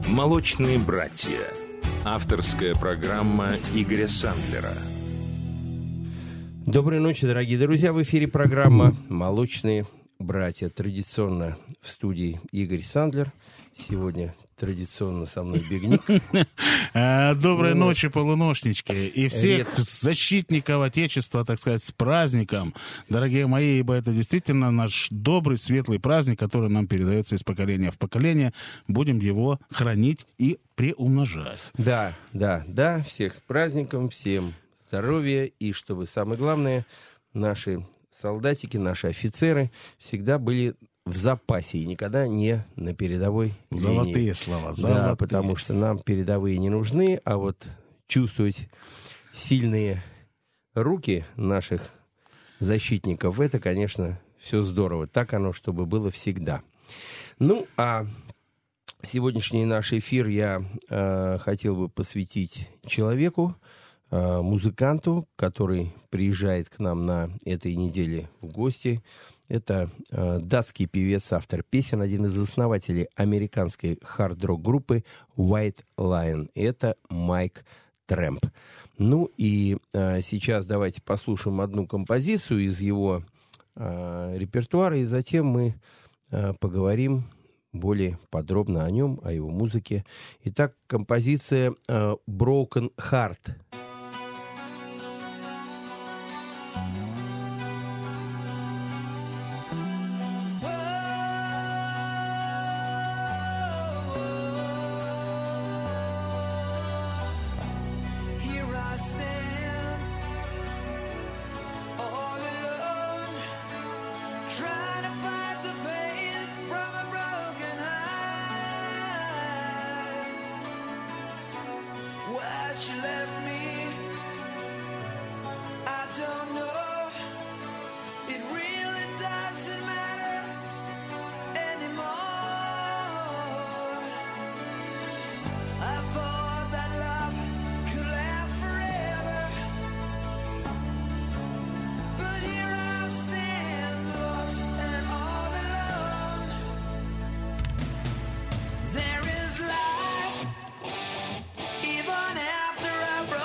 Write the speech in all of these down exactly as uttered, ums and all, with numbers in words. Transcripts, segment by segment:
«Молочные братья». Авторская программа Игоря Сандлера. Доброй ночи, дорогие друзья. В эфире программа «Молочные братья». Традиционно в студии Игорь Сандлер. Сегодня традиционно со мной Бигник. Доброй ночи, полуношнички. И всех защитников Отечества, так сказать, с праздником. Дорогие мои, ибо это действительно наш добрый, светлый праздник, который нам передается из поколения в поколение. Будем его хранить и приумножать. Да, да, да. Всех с праздником, всем здоровья. И, чтобы самое главное, наши солдатики, наши офицеры всегда были в запасе и никогда не на передовой Золотые линии. слова, золотые. Да, потому что нам передовые не нужны, а вот чувствовать сильные руки наших защитников, это, конечно, все здорово. Так оно, чтобы было всегда. Ну, а сегодняшний наш эфир я э, хотел бы посвятить человеку, э, музыканту, который приезжает к нам на этой неделе в гости. Это э, датский певец, автор песен, один из основателей американской хард-рок группы White Lion. Это Майк Трэмп. Ну и э, сейчас давайте послушаем одну композицию из его э, репертуара, и затем мы э, поговорим более подробно о нем, о его музыке. Итак, композиция э, «Broken Heart». Even after a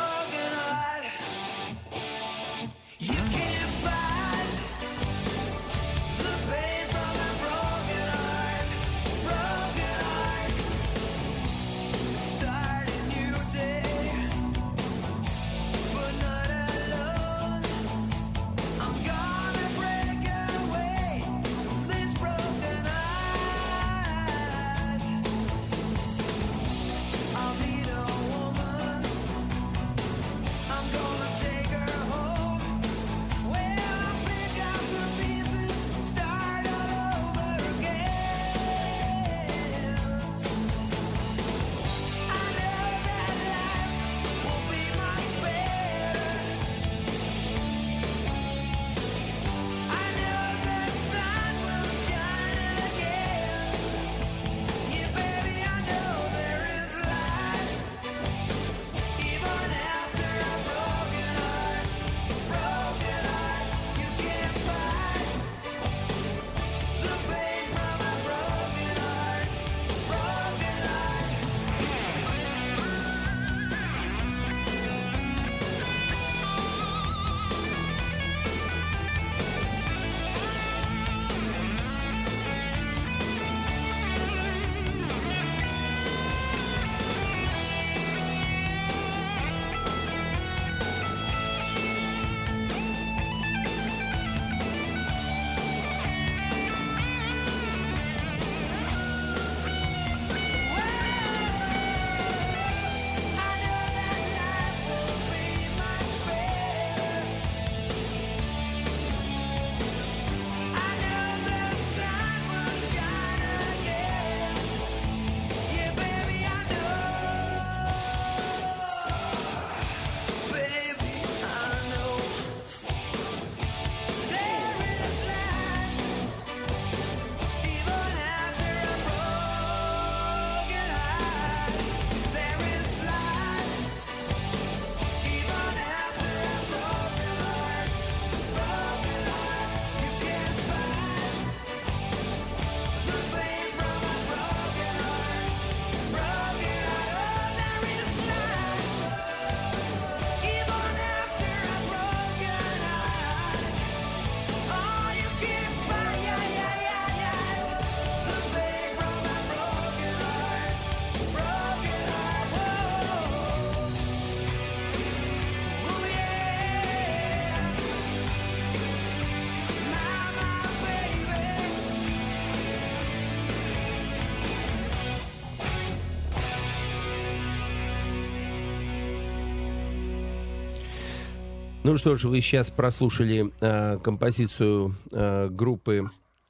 Ну что ж, вы сейчас прослушали э, композицию э, группы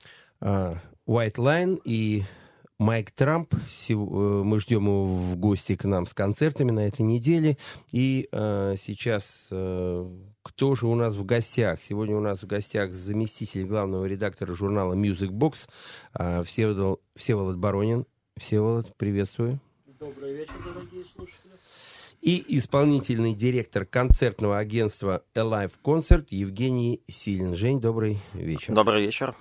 э, White Line и Майк Трамп. Мы ждем его в гости к нам с концертами на этой неделе. И э, сейчас э, кто же у нас в гостях? Сегодня у нас в гостях заместитель главного редактора журнала Music Box э, Всеволод, Всеволод Баронин. Всеволод, приветствую. Добрый вечер, дорогие слушатели. И исполнительный директор концертного агентства Alive Concert Евгений Силин. Жень, добрый вечер. Добрый вечер.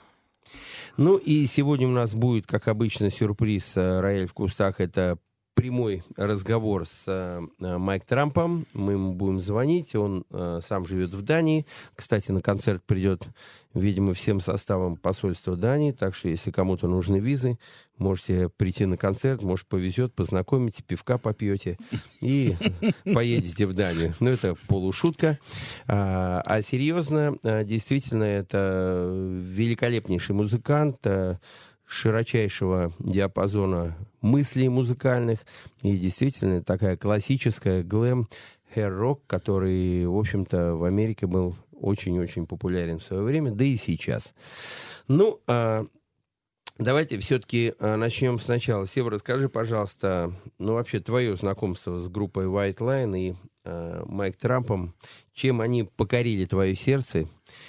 Ну и сегодня у нас будет, как обычно, сюрприз «Рояль в кустах». Это прямой разговор с э, Майк Трампом. Мы ему будем звонить. Он э, сам живет в Дании. Кстати, на концерт придет, видимо, всем составом посольства Дании. Так что, если кому-то нужны визы, можете прийти на концерт. Может, повезет, познакомитесь, пивка попьете и поедете в Данию. Ну, это полушутка. А, а серьезно, действительно, это великолепнейший музыкант, широчайшего диапазона мыслей музыкальных и действительно такая классическая глэм хэр-рок, который, в общем-то, в Америке был очень-очень популярен в свое время, да и сейчас. Ну, а, давайте все-таки а, начнем сначала. Сева, расскажи, пожалуйста, ну, вообще, твое знакомство с группой White Line и а, Майк Трампом, чем они покорили твое сердце?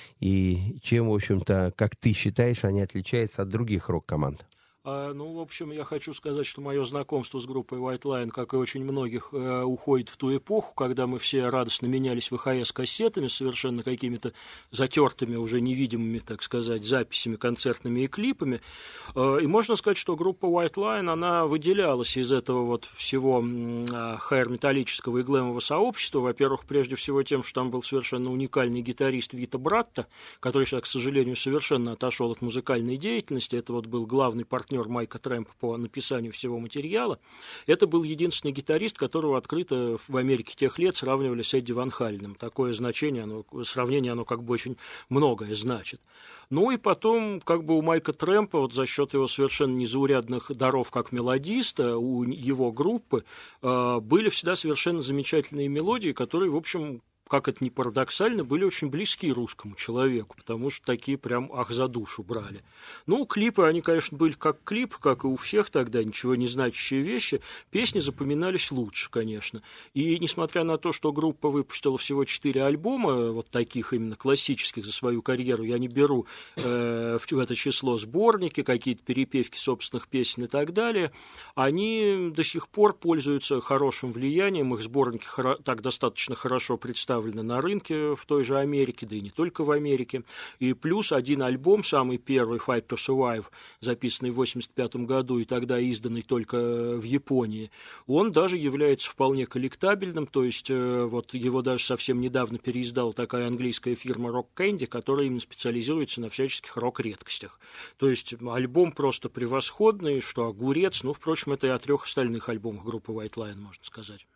И чем, в общем-то, как ты считаешь, они отличаются от других рок-команд? Ну, в общем, я хочу сказать, что мое знакомство с группой White Line, как и очень многих, уходит в ту эпоху, когда мы все радостно менялись вэ ха эс-кассетами, совершенно какими-то затертыми, уже невидимыми, так сказать, записями, концертными и клипами. И можно сказать, что группа White Line, она выделялась из этого вот всего хайр-металлического и глэмового сообщества. Во-первых, прежде всего тем, что там был совершенно уникальный гитарист Вито Братта, который сейчас, к сожалению, совершенно отошел от музыкальной деятельности. Это вот был главный партнер Майка Трэмпа по написанию всего материала. Это был единственный гитарист, которого открыто в Америке тех лет сравнивали с Эдди Ван Халленом. Такое значение, оно, сравнение, оно как бы очень многое значит. Ну и потом, как бы у Майка Трэмпа, вот за счет его совершенно незаурядных даров как мелодиста, у его группы э, были всегда совершенно замечательные мелодии, которые, в общем, как это ни парадоксально, были очень близки русскому человеку, потому что такие прям ах за душу брали. Ну, клипы, они, конечно, были как клип, как и у всех тогда, ничего не значащие вещи. Песни запоминались лучше, конечно. И несмотря на то, что группа выпустила всего четыре альбома, вот таких именно классических за свою карьеру, я не беру э, в это число сборники, какие-то перепевки собственных песен и так далее, они до сих пор пользуются хорошим влиянием, их сборники хоро- так достаточно хорошо представлены на рынке в той же Америке, да и не только в Америке. И плюс один альбом, самый первый, Fight to Survive, записанный в восемьдесят пятом году и тогда изданный только в Японии, он даже является вполне коллектабельным, то есть вот его даже совсем недавно переиздала такая английская фирма Rock Candy, которая именно специализируется на всяческих рок-редкостях. То есть альбом просто превосходный, что огурец, ну, впрочем, это и о трех остальных альбомах группы White Line, можно сказать.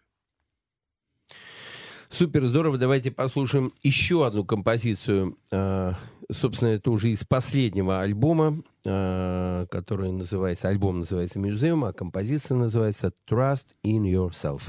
Супер, здорово. Давайте послушаем еще одну композицию. Собственно, это уже из последнего альбома, который называется, альбом называется «Museum», а композиция называется «Trust in Yourself».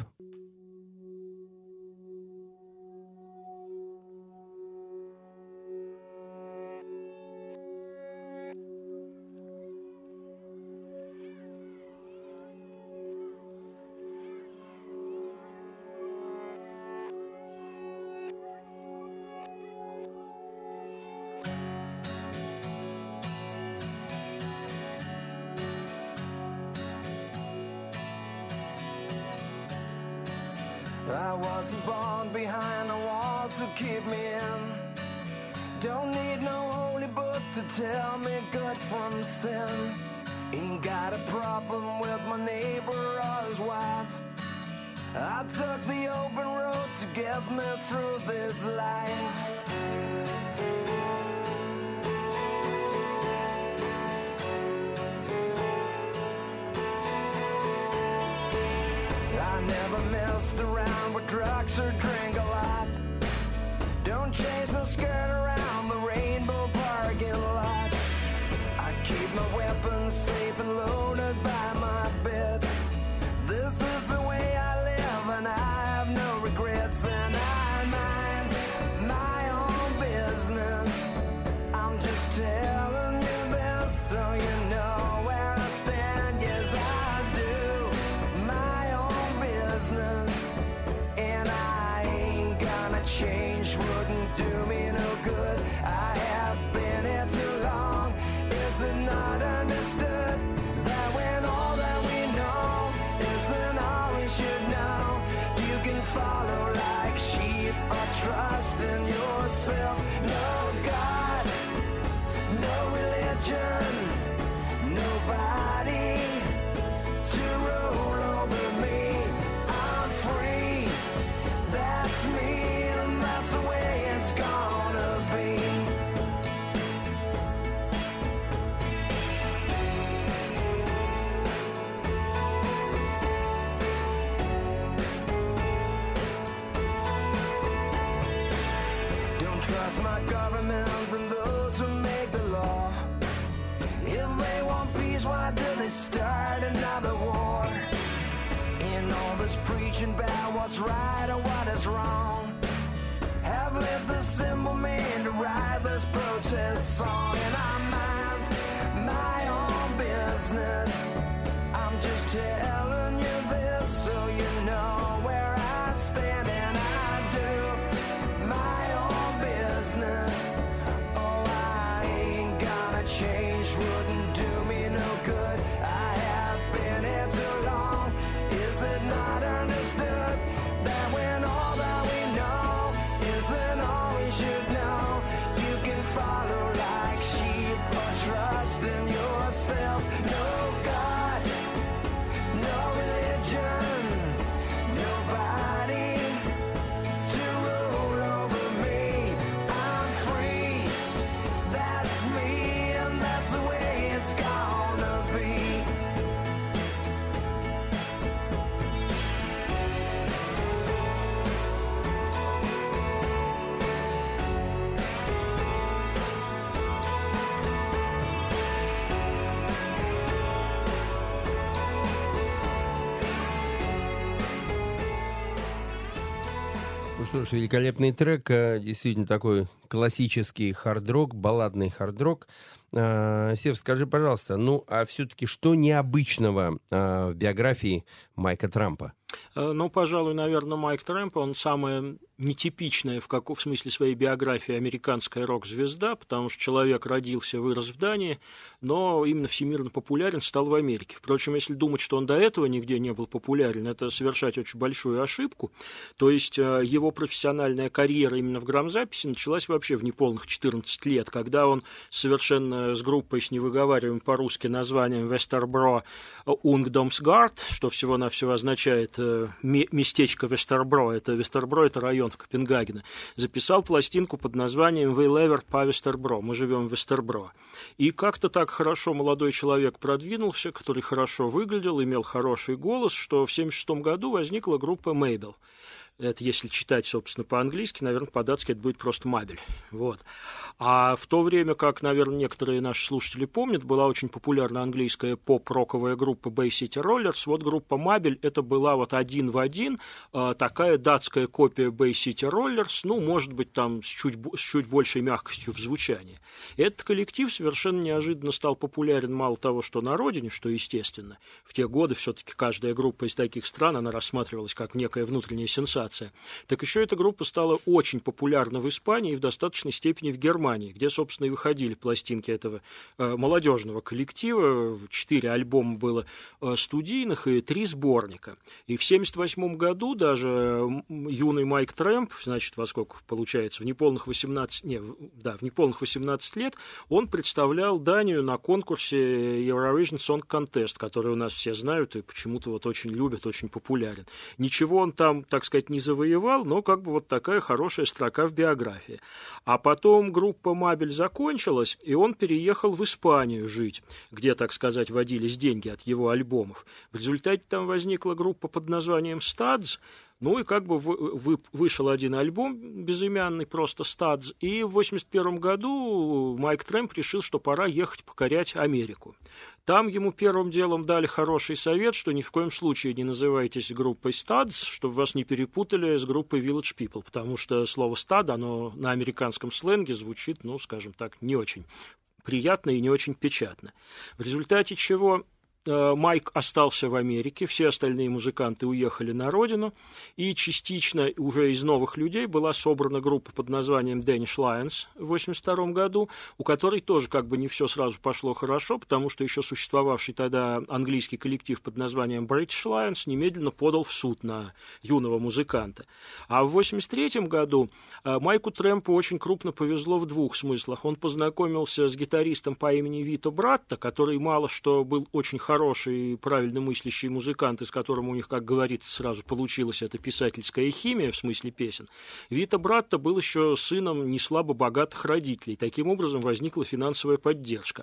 I wasn't born behind a wall to keep me in. Don't need no holy book to tell me good from sin. Ain't got a problem with my neighbor or his wife. I took the open road to get me through this life. I never messed around with drugs or drink a lot. Don't chase no skirt around the rainbow parking lot. I keep my weapons safe and loaded by my bed. This is the way I live and I have no regrets, and I mind my preaching about what's right or what is wrong. Have let the simple man to write this protest song, and I mind my own business. I'm just telling you this so you know where I stand, and I do my own business. Oh, I ain't gonna change, wouldn't do me no good. I have been here too long. Is it not understood that when all that we know isn't all we should know, you can follow like sheep or trust in yourself? No God, no religion, nobody to rule over me. I'm free, that's me, and that's the way it's gonna be. Ну что ж, великолепный трек, э, действительно такой классический хард-рок, балладный хард-рок. Э, Сев, скажи, пожалуйста, ну а все-таки что необычного э, в биографии Майка Трампа? Ну, пожалуй, наверное, Майк Трэмп, он самая нетипичная в, каком, в смысле своей биографии американская рок-звезда, потому что человек родился, вырос в Дании, но именно всемирно популярен стал в Америке. Впрочем, если думать, что он до этого нигде не был популярен, это совершать очень большую ошибку. То есть его профессиональная карьера именно в грамзаписи началась вообще в неполных четырнадцать лет, когда он совершенно с группой с невыговариваемым по-русски названием Вестербро Ungdomsgard, что всего-навсего означает местечко Вестербро, это Вестербро, это район в Копенгагене, записал пластинку под названием «We Lever по Вестербро», мы живем в Вестербро. И как-то так хорошо молодой человек продвинулся, который хорошо выглядел, имел хороший голос, что в семьдесят шестом году возникла группа Mabel. Это если читать, собственно, по-английски, наверное, по-датски это будет просто «Мабель». Вот. А в то время, как, наверное, некоторые наши слушатели помнят, была очень популярна английская поп-роковая группа Bay City Rollers. Вот группа «Мабель» это была вот один в один э, такая датская копия Bay City Rollers, ну, может быть, там с чуть, с чуть большей мягкостью в звучании. И этот коллектив совершенно неожиданно стал популярен мало того, что на родине, что естественно. В те годы все-таки каждая группа из таких стран, она рассматривалась как некая внутренняя сенсация. Так еще эта группа стала очень популярна в Испании и в достаточной степени в Германии, где, собственно, и выходили пластинки этого э, молодежного коллектива. Четыре альбома было э, студийных и три сборника. И в семьдесят восьмом году даже юный Майк Трэмп, значит, во сколько получается, в неполных восемнадцать, не, да, в неполных восемнадцать лет, он представлял Данию на конкурсе Eurovision Song Contest, который у нас все знают и почему-то вот очень любят, очень популярен. Ничего он там, так сказать, не завоевал, но как бы вот такая хорошая строка в биографии. А потом группа «Мабель» закончилась, и он переехал в Испанию жить, где, так сказать, водились деньги от его альбомов. В результате там возникла группа под названием «Стадз», ну и как бы вы, вы, вышел один альбом безымянный, просто «Стадз», и в восемьдесят первом году Майк Трэмп решил, что пора ехать покорять Америку. Там ему первым делом дали хороший совет, что ни в коем случае не называйтесь группой «Стадз», чтобы вас не перепутали с группой «Village People», потому что слово «стад», оно на американском сленге звучит, ну, скажем так, не очень приятно и не очень печатно. В результате чего Майк остался в Америке, все остальные музыканты уехали на родину, и частично уже из новых людей была собрана группа под названием Danish Lions в восемьдесят втором году, у которой тоже как бы не все сразу пошло хорошо, потому что еще существовавший тогда английский коллектив под названием British Lions немедленно подал в суд на юного музыканта. А в восемьдесят третьем году Майку Трэмпу очень крупно повезло в двух смыслах. Он познакомился с гитаристом по имени Вито Братто, который мало что был очень хороший и правильно мыслящий музыкант, из которого у них, как говорится, сразу получилась эта писательская химия в смысле песен. Вито Братто был еще сыном неслабо богатых родителей. Таким образом возникла финансовая поддержка.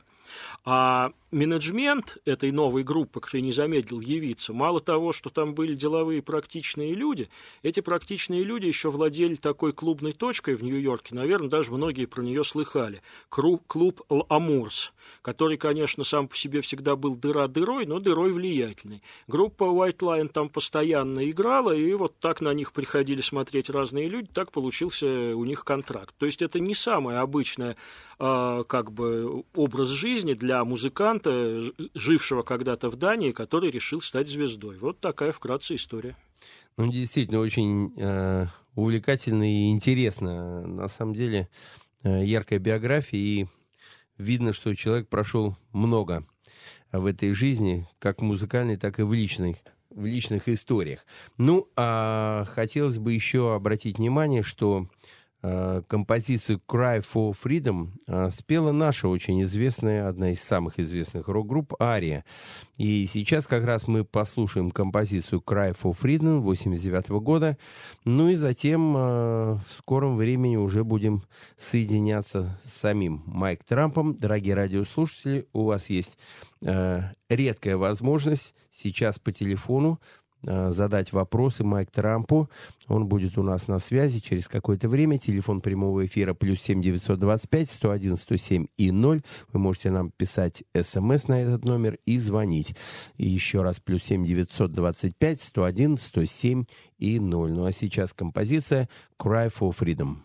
А менеджмент этой новой группы, который не замедлил явиться, мало того, что там были деловые практичные люди, эти практичные люди еще владели такой клубной точкой в Нью-Йорке, наверное, даже многие про нее слыхали. Клуб «Амурс», который, конечно, сам по себе всегда был дыра дырой, но дырой влиятельной. Группа White Lion там постоянно играла, и вот так на них приходили смотреть разные люди, так получился у них контракт. То есть это не самое обычное э, как бы образ жизни для музыканта, жившего когда-то в Дании, который решил стать звездой. Вот такая вкратце история. Ну, действительно, очень э, увлекательно и интересно. На самом деле, э, яркая биография, и видно, что человек прошел много в этой жизни, как в музыкальной, так и в личной, в личных историях. Ну, а хотелось бы еще обратить внимание, что э, композицию «Cry for Freedom» э, спела наша очень известная, одна из самых известных рок-групп «Ария». И сейчас как раз мы послушаем композицию «Cry for Freedom» восемьдесят девятого года. Ну и затем э, в скором времени уже будем соединяться с самим Майк Трампом. Дорогие радиослушатели, у вас есть э, редкая возможность сейчас по телефону э, задать вопросы Майк Трампу. Он будет у нас на связи через какое-то время. Телефон прямого эфира плюс семь девятьсот двадцать пять сто один сто семь и ноль. Вы можете нам писать смс на этот номер и звонить. И еще раз плюс семь девятьсот двадцать пять сто один сто семь и ноль. Ну а сейчас композиция «Cry for Freedom».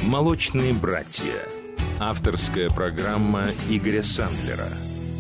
«Молочные братья». Авторская программа Игоря Сандлера.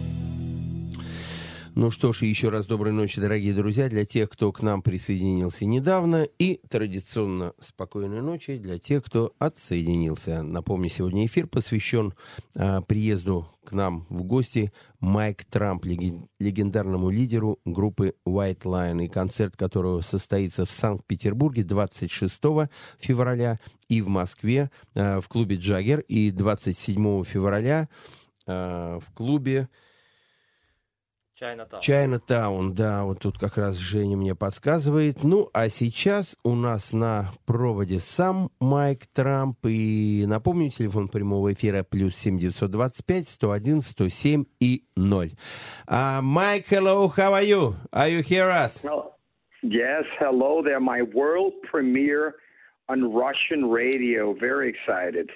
Ну что ж, еще раз доброй ночи, дорогие друзья, для тех, кто к нам присоединился недавно, и традиционно спокойной ночи для тех, кто отсоединился. Напомню, сегодня эфир посвящен а, приезду к нам в гости Майк Трамп, леген- легендарному лидеру группы White Lion, и концерт которого состоится в Санкт-Петербурге двадцать шестого февраля и в Москве а, в клубе «Джаггер», и двадцать седьмого февраля а, в клубе Chinatown. Chinatown, да, вот тут как раз Женя мне подсказывает. Ну, а сейчас у нас на проводе сам Майк Трамп. И напомню, телефон прямого эфира плюс семь девятьсот двадцать пять сто один сто семь и ноль. Uh, Mike, hello, how are you? Are you hear us? Well, yes, hello there. My world premiere on Russian radio. Very excited.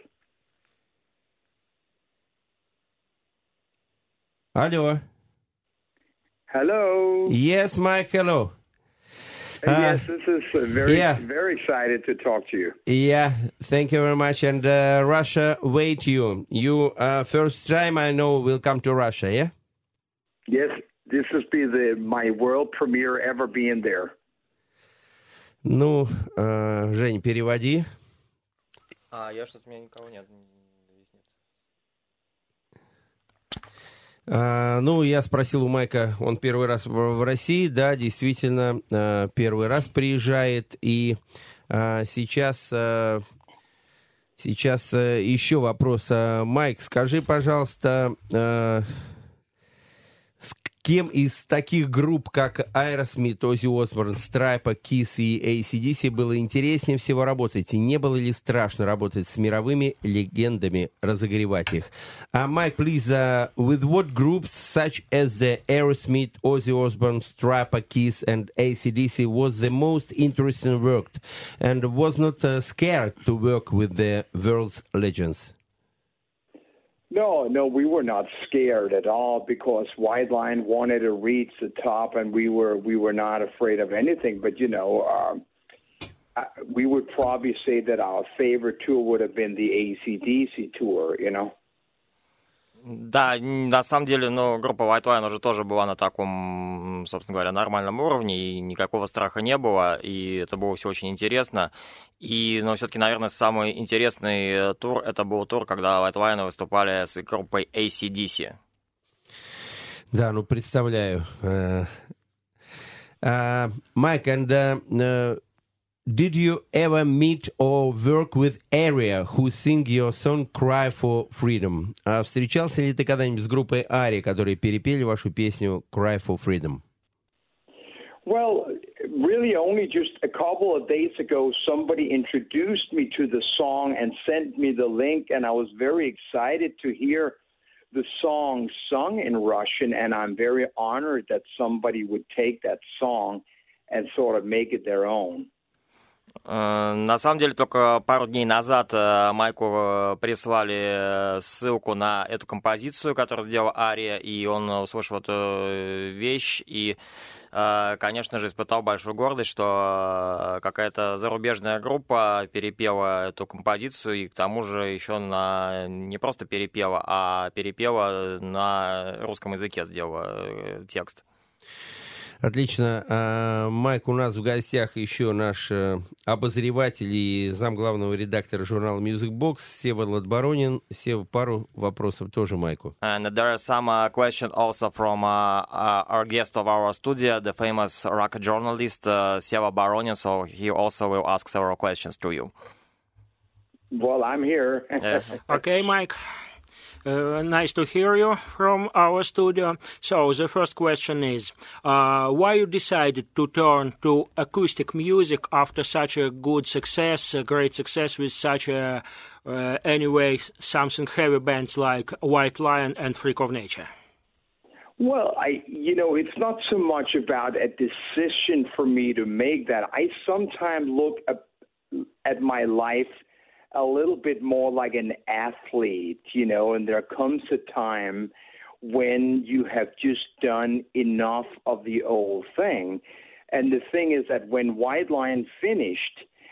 Алло. Hello. Yes, Mike, hello. Uh, Uh, yes, this is uh, very, yeah. very excited to talk to you. Yeah, thank you very much. And uh, Russia, wait you. You uh, first time I know will come to Russia, yeah? Yes, this will be the my world premiere ever being there. Ну, э, Жень, переводи. А, я что-то, у меня никого нет. Здесь нет. А, ну, я спросил у Майка, он первый раз в, в России, да, действительно, а, первый раз приезжает, и а, сейчас, а, сейчас а, еще вопрос. А, Майк, скажи, пожалуйста, а, с кем из таких групп, как Aerosmith, Ozzy Osbourne, Stripe, Kiss и эй си ди си было интереснее всего работать? И не было ли страшно работать с мировыми легендами, разогревать их? Uh, Mike, please, uh, with what groups such as the Aerosmith, Ozzy Osbourne, Stripe, Kiss and эй си ди си was the most interesting worked and was not uh, scared to work with the world's legends? No, no, we were not scared at all because White Lion wanted to reach the top, and we were we were not afraid of anything. But you know, um, I, we would probably say that our favorite tour would have been the эй си ди си tour. You know. Да, на самом деле, ну, группа White Lion уже тоже была на таком, собственно говоря, нормальном уровне, и никакого страха не было, и это было все очень интересно. И, но все-таки, наверное, самый интересный тур, это был тур, когда White Lion выступали с группой эй си ди си. Да, ну, представляю. Майк, uh, uh, and uh, uh, did you ever meet or work with Aria, who sing your song "Cry for Freedom"? А встречался ли ты когда-нибудь с группой Aria, которые перепели вашу песню "Cry for Freedom"? Well, really only just a couple of days ago, somebody introduced me to the song and sent me the link, and I was very excited to hear the song sung in Russian, and I'm very honored that somebody would take that song and sort of make it their own. На самом деле, только пару дней назад Майку прислали ссылку на эту композицию, которую сделала Ария, и он услышал эту вещь, и, конечно же, испытал большую гордость, что какая-то зарубежная группа перепела эту композицию, и к тому же еще на не просто перепела, а перепела на русском языке, сделала текст. Отлично. Майк, у нас в гостях еще наш обозреватель и замглавного редактора журнала Music Box Всеволод Баронин. Сева, пару вопросов тоже Майку. And there are some uh, questions also from uh, uh, our guest of our studio, the famous rock journalist uh, Seva Baronin, so he also will ask several questions to you. Well, I'm here. Yeah. Okay, Mike. Uh, nice to hear you from our studio. So the first question is, uh, why you decided to turn to acoustic music after such a good success, a great success with such a, uh, anyway, something heavy bands like White Lion and Freak of Nature? Well, I, you know, it's not so much about a decision for me to make that. I sometimes look at, at my life a little bit more like an athlete, you know, and there comes a time when you have just done enough of the old thing. And the thing is that when White Lion finished,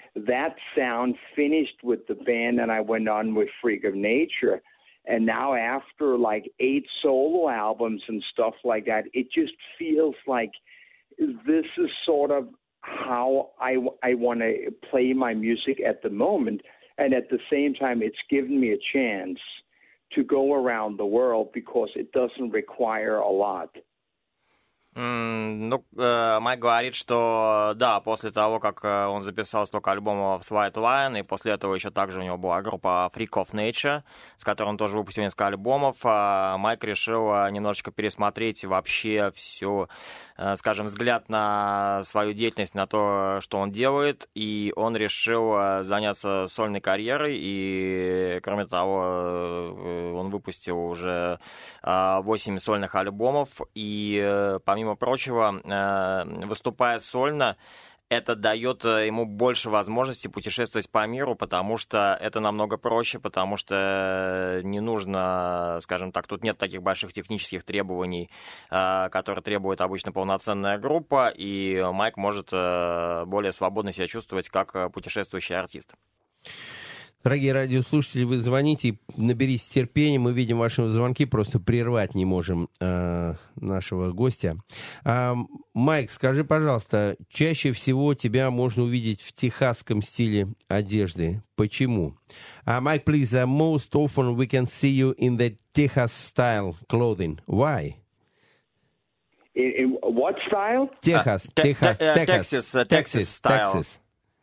that sound finished with the band, and I went on with Freak of Nature. And now after like eight solo albums and stuff like that, it just feels like this is sort of how I, I want to play my music at the moment. And at the same time, it's given me a chance to go around the world because it doesn't require a lot. Mm, ну, э, Майк говорит, что да, после того, как он записал столько альбомов с White Lion, и после этого еще также у него была группа Freak of Nature, с которой он тоже выпустил несколько альбомов, э, Майк решил немножечко пересмотреть вообще всю, э, скажем, взгляд на свою деятельность, на то, что он делает, и он решил заняться сольной карьерой, и, кроме того, э, он выпустил уже э, восемь сольных альбомов, и э, помимо Помимо прочего, выступая сольно, это дает ему больше возможностей путешествовать по миру, потому что это намного проще, потому что не нужно, скажем так, тут нет таких больших технических требований, которые требует обычно полноценная группа, и Майк может более свободно себя чувствовать как путешествующий артист. Дорогие радиослушатели, вы звоните, наберитесь терпения, мы видим ваши звонки, просто прервать не можем э, нашего гостя. А, Майк, скажи, пожалуйста, чаще всего тебя можно увидеть в техасском стиле одежды. Почему? Uh, Mike, please, uh, most often we can see you in the Texas style clothing. Why? In, in what style? Texas, uh, Texas, te- te- Texas, Texas, uh, Texas style. Texas.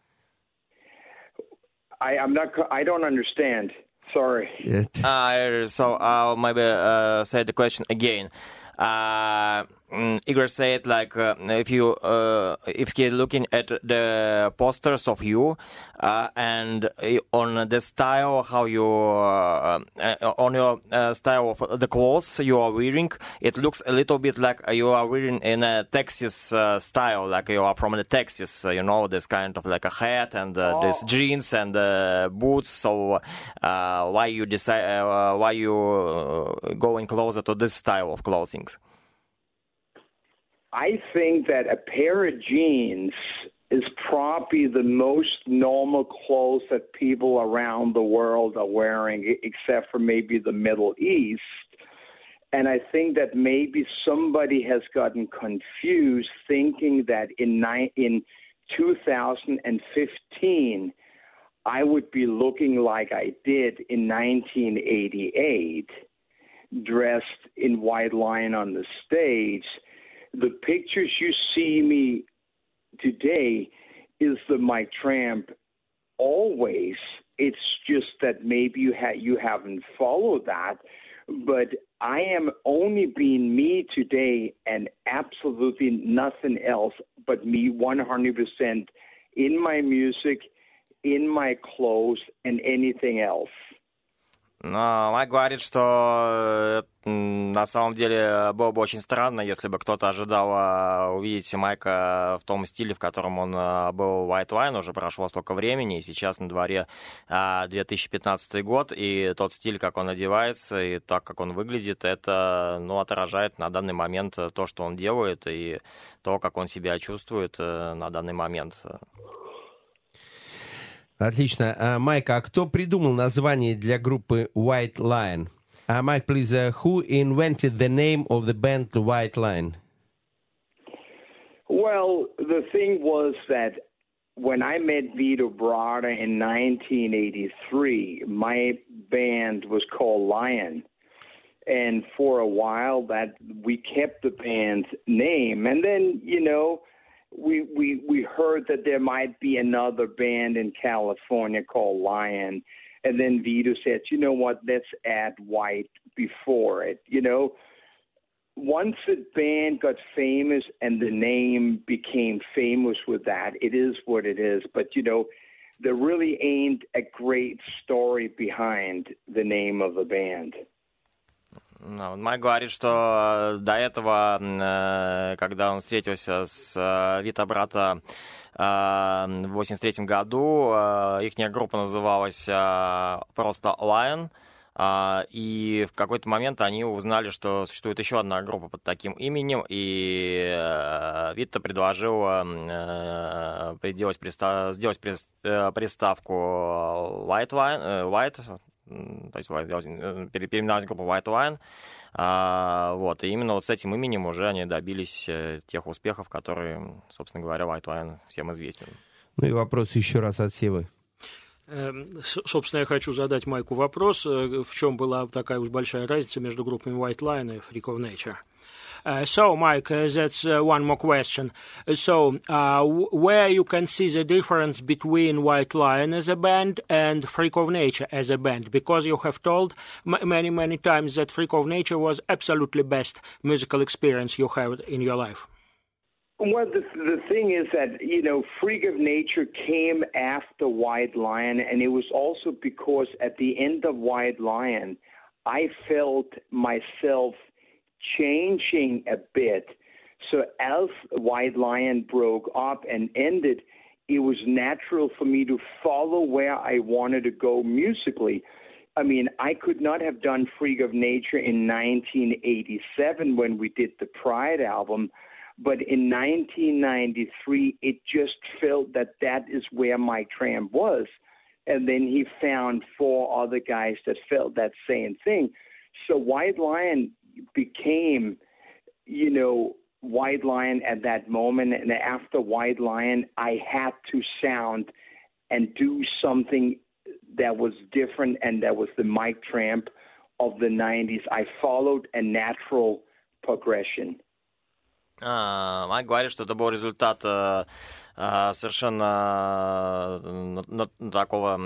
I, I'm not. I don't understand. Sorry. Uh, so I'll maybe uh, say the question again. Uh, Igor said, like, uh, if you uh, if you're looking at the posters of you uh, and on the style how you uh, on your uh, style of the clothes you are wearing, it looks a little bit like you are wearing in a Texas uh, style, like you are from the Texas, uh, you know, this kind of like a hat and uh, oh. this jeans and uh, boots. So uh, why you decide uh, why you uh, going closer to this style of clothing? I think that a pair of jeans is probably the most normal clothes that people around the world are wearing, except for maybe the Middle East. And I think that maybe somebody has gotten confused thinking that in ni- in two thousand fifteen, I would be looking like I did in nineteen eighty-eight, dressed in White Lion on the stage. The pictures you see me today is the Mike Tramp always. It's just that maybe you ha- you haven't followed that, but I am only being me today and absolutely nothing else but me one hundred percent in my music, in my clothes, and anything else. Но Майк говорит, что на самом деле было бы очень странно, если бы кто-то ожидал увидеть Майка в том стиле, в котором он был в White Lion, уже прошло столько времени, и сейчас на дворе две тысячи пятнадцатый год, и тот стиль, как он одевается, и так, как он выглядит, это, ну, отражает на данный момент то, что он делает, и то, как он себя чувствует на данный момент. Отлично. Майк, а кто придумал название для группы White Lion? Uh, Mike, please, uh, who invented the name of the band White Lion? Well, the thing was that when I met Vito Bratta in nineteen eighty-three, my band was called Lion. And for a while that we kept the band's name. And then, you know, We, we we heard that there might be another band in California called Lion, and then Vito said, you know what, let's add White before it. You know, once the band got famous and the name became famous with that, it is what it is. But, you know, there really ain't a great story behind the name of the band. Майк говорит, что до этого, когда он встретился с Вито Братта в восемьдесят третьем году, их группа называлась просто Lion, И в какой-то момент они узнали, что существует еще одна группа под таким именем, и Витта предложил сделать приставку White Line, White, то есть переименовать группу White Line. Вот, и именно вот с этим именем уже они добились тех успехов, которые, собственно говоря, White Line всем известен. Ну и вопрос еще раз от Севы. Собственно, я хочу задать Майку вопрос, в чем была такая уж большая разница между группами White Line и Freak of Nature. Uh, so, Mike, uh, that's uh, one more question. So, uh, w- where you can see the difference between White Lion as a band and Freak of Nature as a band? Because you have told m- many, many times that Freak of Nature was absolutely best musical experience you had in your life. Well, the, the thing is that, you know, Freak of Nature came after White Lion, and it was also because at the end of White Lion, I felt myself changing a bit. So as White Lion broke up and ended, it was natural for me to follow where I wanted to go musically. I mean, I could not have done Freak of Nature in nineteen eighty-seven when we did the Pride album, but in nineteen ninety-three, it just felt that that is where Mike Tramp was. And then he found four other guys that felt that same thing. So White Lion became, you know, White Lion at that moment. And after White Lion, I had to sound and do something that was different, and that was the Mike Tramp of the nineties. I followed a natural progression. А, Майк говорит, что это был результат а, а, совершенно на, на, такого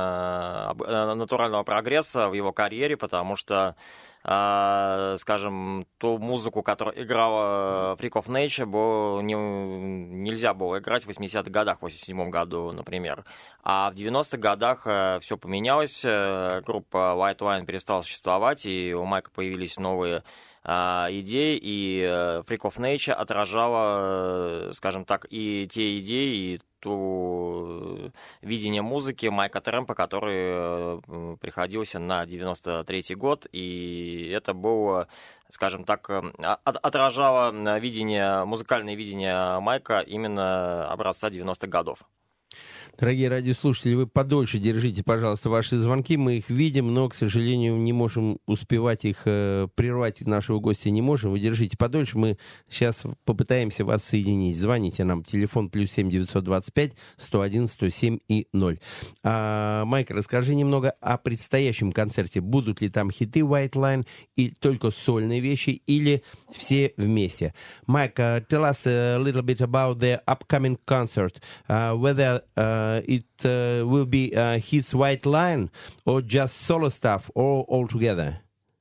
а, натурального прогресса в его карьере, потому что, а, скажем, ту музыку, которую играла Freak of Nature, было, не, нельзя было играть в восьмидесятых годах, в восемьдесят седьмом году, например. А в девяностых годах все поменялось, группа White Lion перестала существовать, и у Майка появились новые идеи, и Freak of Nature отражала, скажем так, и те идеи, и ту видение музыки Майка Трэмпа, который приходился на девяносто третий год, и это было, скажем так, отражало видение, музыкальное видение Майка именно образца девяностых годов. Дорогие радиослушатели, вы подольше держите, пожалуйста, ваши звонки. Мы их видим, но, к сожалению, не можем успевать их э, прервать. Нашего гостя не можем. Вы держите подольше. Мы сейчас попытаемся вас соединить. Звоните нам. Телефон плюс семь девятьсот двадцать пять сто один сто семь и ноль. А, Майк, расскажи немного о предстоящем концерте. Будут ли там хиты White Line, и только сольные вещи, или все вместе? Майк, uh, tell us a little bit about the upcoming concert. Uh, whether uh, it uh, will be uh, his White Line or just solo stuff, or all together?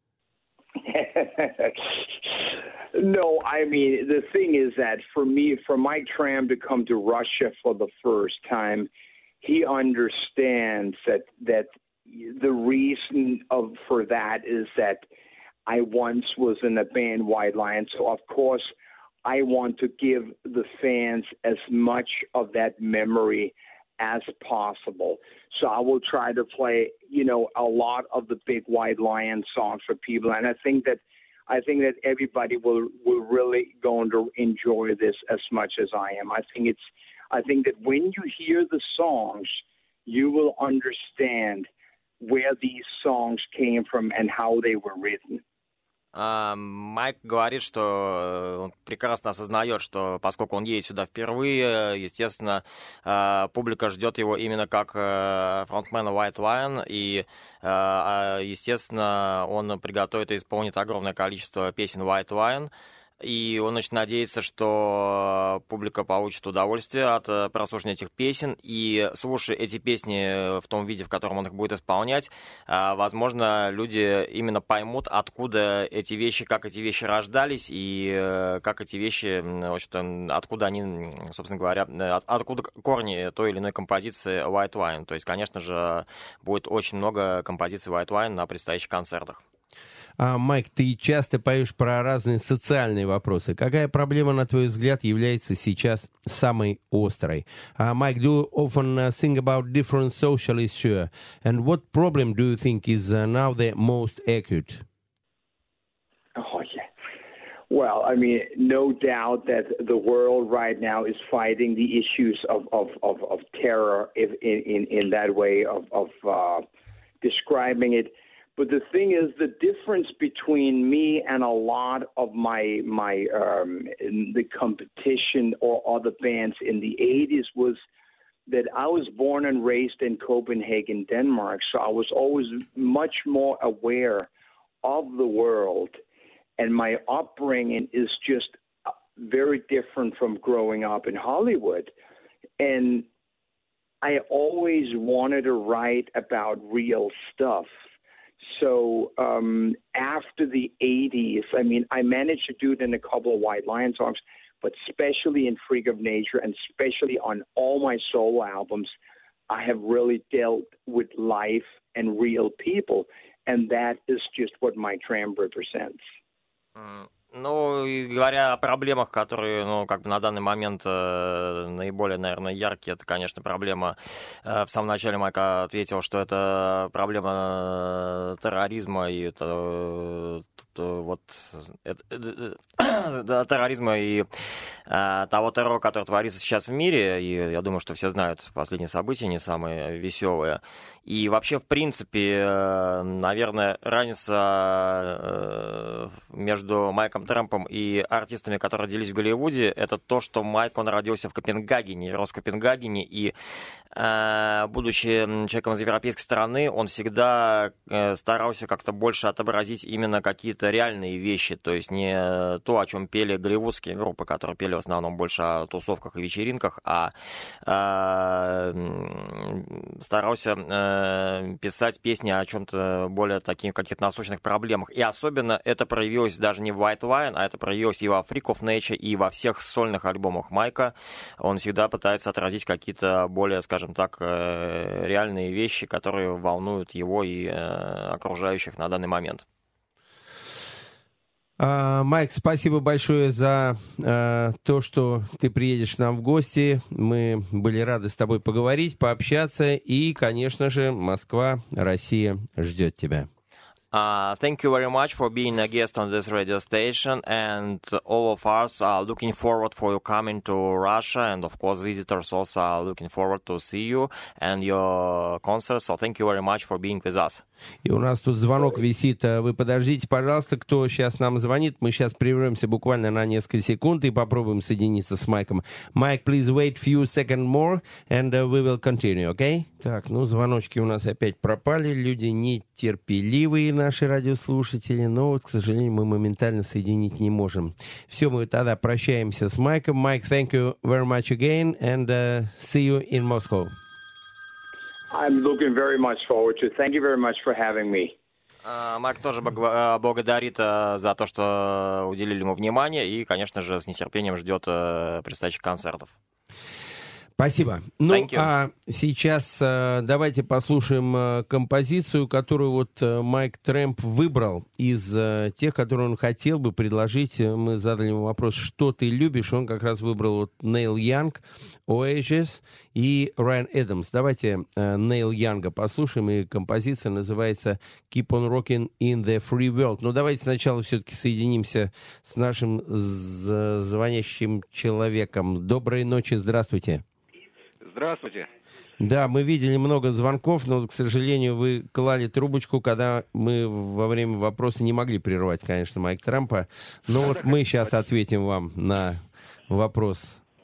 No, I mean, the thing is that for me, for Mike Tramp to come to Russia for the first time, he understands that that the reason of for that is that I once was in a band, White Lion, so of course I want to give the fans as much of that memory as possible. So I will try to play, you know, a lot of the big White Lion songs for people, and I think that I think that everybody will will really going to enjoy this as much as I am. I think it's I think that when you hear the songs, you will understand where these songs came from and how they were written. Майк говорит, что он прекрасно осознает, что поскольку он едет сюда впервые, естественно, публика ждет его именно как фронтмена White Lion, и, естественно, он приготовит и исполнит огромное количество песен White Lion. И он очень надеется, что публика получит удовольствие от прослушивания этих песен. И слушая эти песни в том виде, в котором он их будет исполнять, возможно, люди именно поймут, откуда эти вещи, как эти вещи рождались, и как эти вещи, в общем-то, откуда они, собственно говоря, откуда корни той или иной композиции White Lion. То есть, конечно же, будет очень много композиций White Lion на предстоящих концертах. А, Майк, ты часто поешь про разные социальные вопросы. Какая проблема, на твой взгляд, является сейчас самой острой? Uh, Mike, do you often uh, think about different social issues? And what problem do you think is uh, now the most acute? Oh, yeah. Well, I mean, no doubt that the world right now is fighting the issues of, of, of, of terror in, in, in that way of, of uh, describing it. But the thing is, the difference between me and a lot of my my um, the competition or other bands in the eighties was that I was born and raised in Copenhagen, Denmark, so I was always much more aware of the world, and my upbringing is just very different from growing up in Hollywood. And I always wanted to write about real stuff. So um, after the eighties, I mean, I managed to do it in a couple of White Lion songs, but especially in Freak of Nature and especially on all my solo albums, I have really dealt with life and real people, and that is just what my tramp represents. Mm. Ну, и говоря о проблемах, которые, ну, как бы на данный момент э, наиболее, наверное, яркие, это, конечно, проблема, э, в самом начале Майк ответил, что это проблема терроризма и это, э, вот, это, э, да, терроризма и э, того террора, который творится сейчас в мире, и я думаю, что все знают последние события, не самые веселые. И вообще, в принципе, э, наверное, разница э, между Майком Трэмпом и артистами, которые родились в Голливуде, это то, что Майк, он родился в Копенгагене, рос в Копенгагене, и э, будучи человеком из европейской страны, он всегда э, старался как-то больше отобразить именно какие-то реальные вещи, то есть не то, о чем пели голливудские группы, которые пели в основном больше о тусовках и вечеринках, а э, старался э, писать песни о чем-то более таких каких-то насущных проблемах. И особенно это проявилось даже не в White Lion, а это проявилось и во Freak of Nature, и во всех сольных альбомах Майка. Он всегда пытается отразить какие-то более, скажем так, реальные вещи, которые волнуют его и окружающих на данный момент. Майк, спасибо большое за uh, то, что ты приедешь к нам в гости. Мы были рады с тобой поговорить, пообщаться. И, конечно же, Москва, Россия ждет тебя. Uh, thank you very much for being a guest on this radio station, and all of us are looking forward for you coming to Russia, and of course visitors also are looking forward to see you and your concert, so thank you very much for being with us. И у нас тут звонок висит. Вы подождите, пожалуйста, кто сейчас нам звонит. Мы сейчас прервемся буквально на несколько секунд и попробуем соединиться с Майком. Майк, please wait few seconds more, and uh, we will continue, okay? Так, ну, звоночки у нас опять пропали. Люди нетерпеливые, наши радиослушатели, но вот, к сожалению, мы моментально соединить не можем. Все, мы тогда прощаемся с Майком. Майк, thank you very much again, and uh, see you in Moscow. I'm looking very much forward to it. Thank you very much for having me. Майк тоже благодарит за то, что уделили ему внимание, и, конечно же, с нетерпением ждет предстоящих концертов. Спасибо. Ну, а сейчас а, давайте послушаем а, композицию, которую вот а, Майк Трэмп выбрал из а, тех, которые он хотел бы предложить. Мы задали ему вопрос, что ты любишь. Он как раз выбрал вот Нейл Янг, Oasis и Райан Эдамс. Давайте а, Нейл Янга послушаем, и композиция называется Keep on Rocking in the Free World. Но давайте сначала все-таки соединимся с нашим звонящим человеком. Доброй ночи, здравствуйте. Здравствуйте. Да, мы видели много звонков, но, к сожалению, вы клали трубочку, когда мы во время вопроса не могли прервать, конечно, Майк Трэмпа. Но вот мы сейчас ответим вам на вопрос.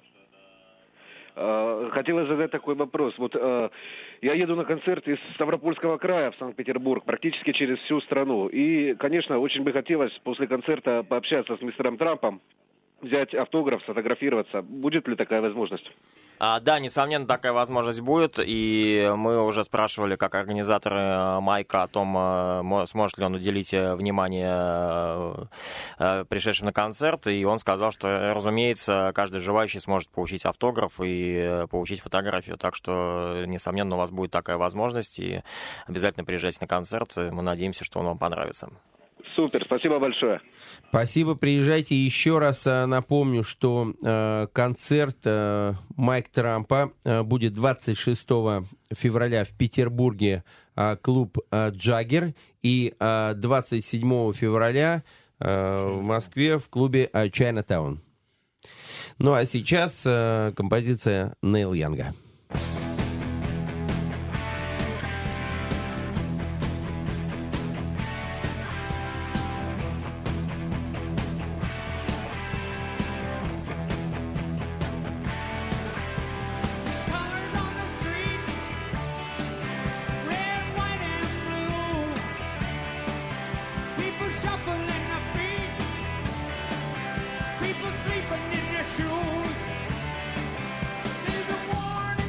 Хотелось задать такой вопрос. Вот я еду на концерт из Ставропольского края в Санкт-Петербург, практически через всю страну. И, конечно, очень бы хотелось после концерта пообщаться с мистером Трампом, взять автограф, сфотографироваться. Будет ли такая возможность? А, да, несомненно, такая возможность будет, и мы уже спрашивали, как организаторы Майка, о том, сможет ли он уделить внимание пришедшим на концерт, и он сказал, что, разумеется, каждый желающий сможет получить автограф и получить фотографию, так что, несомненно, у вас будет такая возможность, и обязательно приезжайте на концерт, мы надеемся, что он вам понравится. Супер, спасибо большое. Спасибо, приезжайте. Еще раз а, напомню, что а, концерт а, Майк Трампа а, будет двадцать шестого февраля в Петербурге, а, клуб а, «Джаггер», и а, двадцать седьмого февраля а, в Москве в клубе а, «Чайнатаун». Ну а сейчас а, композиция Нейл Янга. Sleeping in their shoes. There's a warning.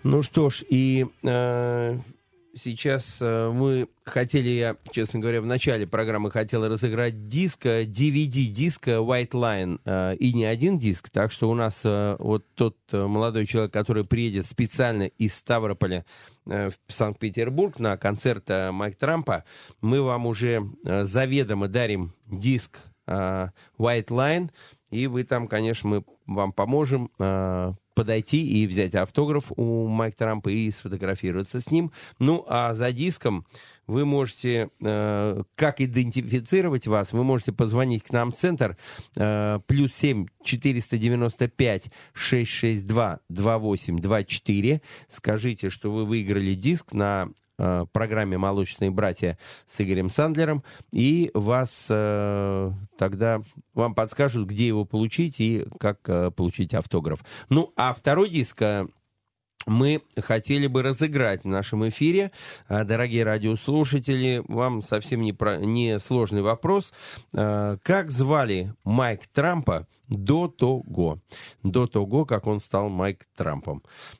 Ну что ж, и э, сейчас э, мы хотели, я, честно говоря, в начале программы хотел разыграть диск, ди ви ди-диск White Line, э, и не один диск, так что у нас э, вот тот э, молодой человек, который приедет специально из Ставрополя э, в Санкт-Петербург на концерт э, Майка Трампа, мы вам уже э, заведомо дарим диск э, White Line, и вы там, конечно, мы вам поможем э, подойти и взять автограф у Майка Трампа и сфотографироваться с ним. Ну, а за диском вы можете, э, как идентифицировать вас, вы можете позвонить к нам в центр, э, плюс семь четыреста девяносто пять шестьсот шестьдесят два двадцать восемь двадцать четыре. Скажите, что вы выиграли диск на э, программе «Молочные братья» с Игорем Сандлером, и вас э, тогда вам подскажут, где его получить и как э, получить автограф. Ну, а второй диск э, мы хотели бы разыграть в нашем эфире. Дорогие радиослушатели, вам совсем не, про... не сложный вопрос. Как звали Майк Трампа до того? До того, как он стал Майк Трампом.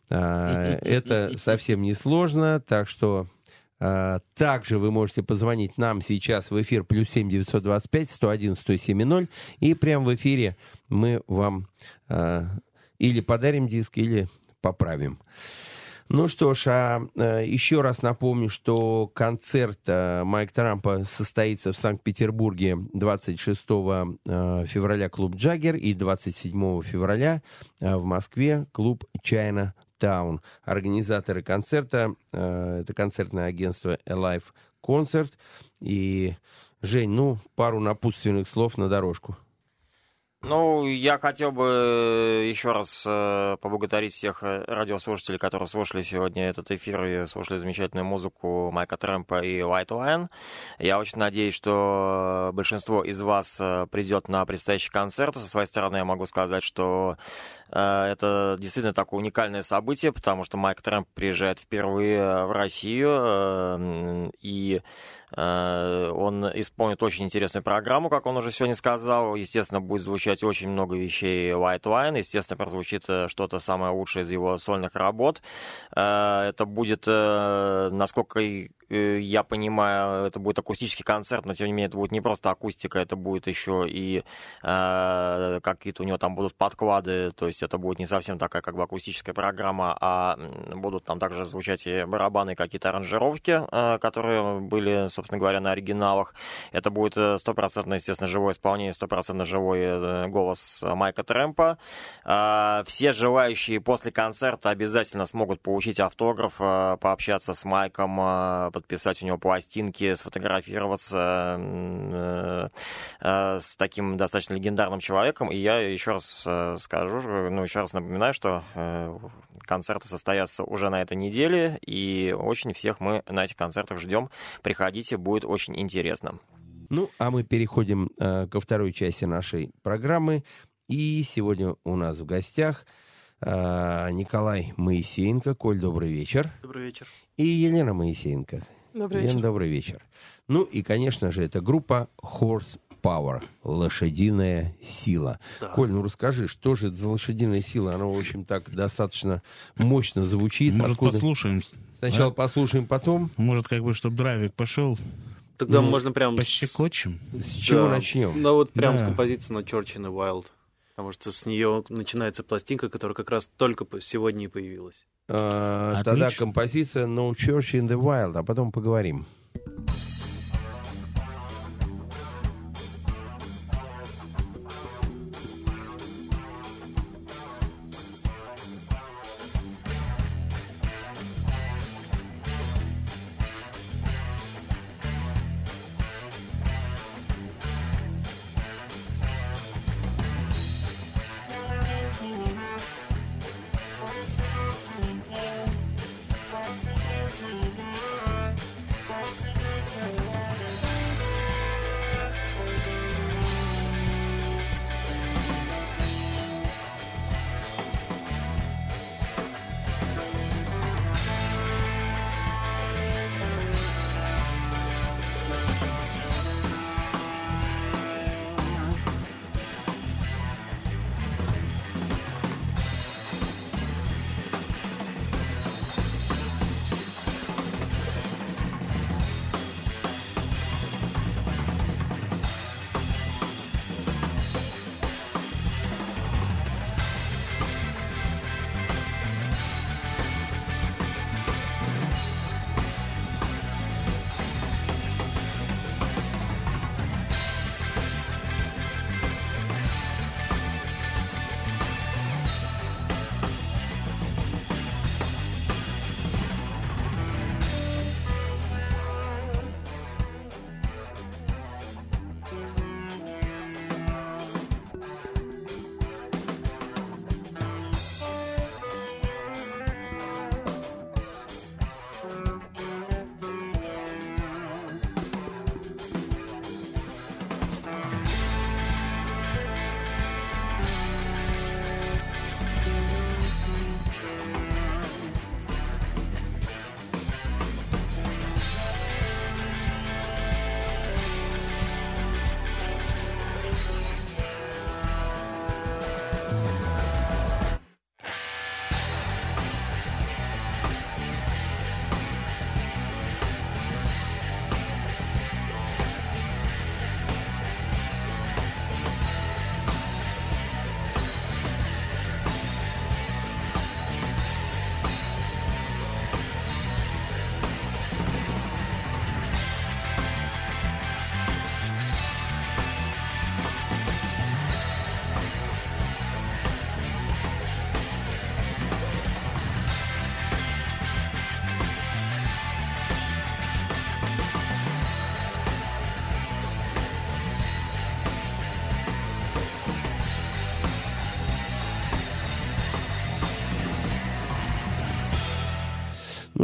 Это совсем не сложно, так что... Также вы можете позвонить нам сейчас в эфир плюс семь девятьсот двадцать пять сто один сто семь ноль, и прямо в эфире мы вам или подарим диск, или поправим. Ну что ж, а, а еще раз напомню, что концерт а, Майка Трампа состоится в Санкт-Петербурге двадцать шестого а, февраля клуб «Джаггер» и двадцать седьмого февраля а, в Москве клуб «Чайна Таун». Организаторы концерта а, это концертное агентство Alive Concert. И, Жень, ну, пару напутственных слов на дорожку. Ну, я хотел бы еще раз э, поблагодарить всех радиослушателей, которые слушали сегодня этот эфир и слушали замечательную музыку Майка Трампа и White Line. Я очень надеюсь, что большинство из вас придет на предстоящий концерт. Со своей стороны я могу сказать, что э, это действительно такое уникальное событие, потому что Майк Трамп приезжает впервые в Россию, э, и он исполнит очень интересную программу, как он уже сегодня сказал. Естественно, будет звучать очень много вещей White Line. Естественно, прозвучит что-то самое лучшее из его сольных работ. Это будет, насколько я понимаю, это будет акустический концерт, но тем не менее это будет не просто акустика, это будет еще и э, какие-то у него там будут подклады, то есть это будет не совсем такая как бы акустическая программа, а будут там также звучать и барабаны, и какие-то аранжировки, э, которые были, собственно говоря, на оригиналах. Это будет стопроцентно, естественно, живое исполнение, стопроцентно живой голос Майка Трампа. Э, все желающие после концерта обязательно смогут получить автограф, э, пообщаться с Майком, э, подписать у него пластинки, сфотографироваться э, э, с таким достаточно легендарным человеком. И я еще раз э, скажу, ну, еще раз напоминаю, что э, концерты состоятся уже на этой неделе, и очень всех мы на этих концертах ждем. Приходите, будет очень интересно. Ну, а мы переходим э, ко второй части нашей программы. И сегодня у нас в гостях э, Николай Моисеенко. Коль, добрый вечер. Добрый вечер. И Елена Моисеенко. Добрый Елена, вечер. добрый вечер. Ну и, конечно же, это группа Horse Power, лошадиная сила. Да. Коль, ну расскажи, что же это за лошадиная сила? Она, в общем, так достаточно мощно звучит. Может, Откуда... послушаем? Сначала а? послушаем, потом. Может, как бы, чтобы драйвик пошел. Тогда ну, можно прям... Пощекочем. С чего да. начнем? Ну вот прям да. с композиции на Church in the Wild. Потому что с нее начинается пластинка, которая как раз только сегодня и появилась. А, тогда композиция No Church in the Wild, а потом поговорим. What's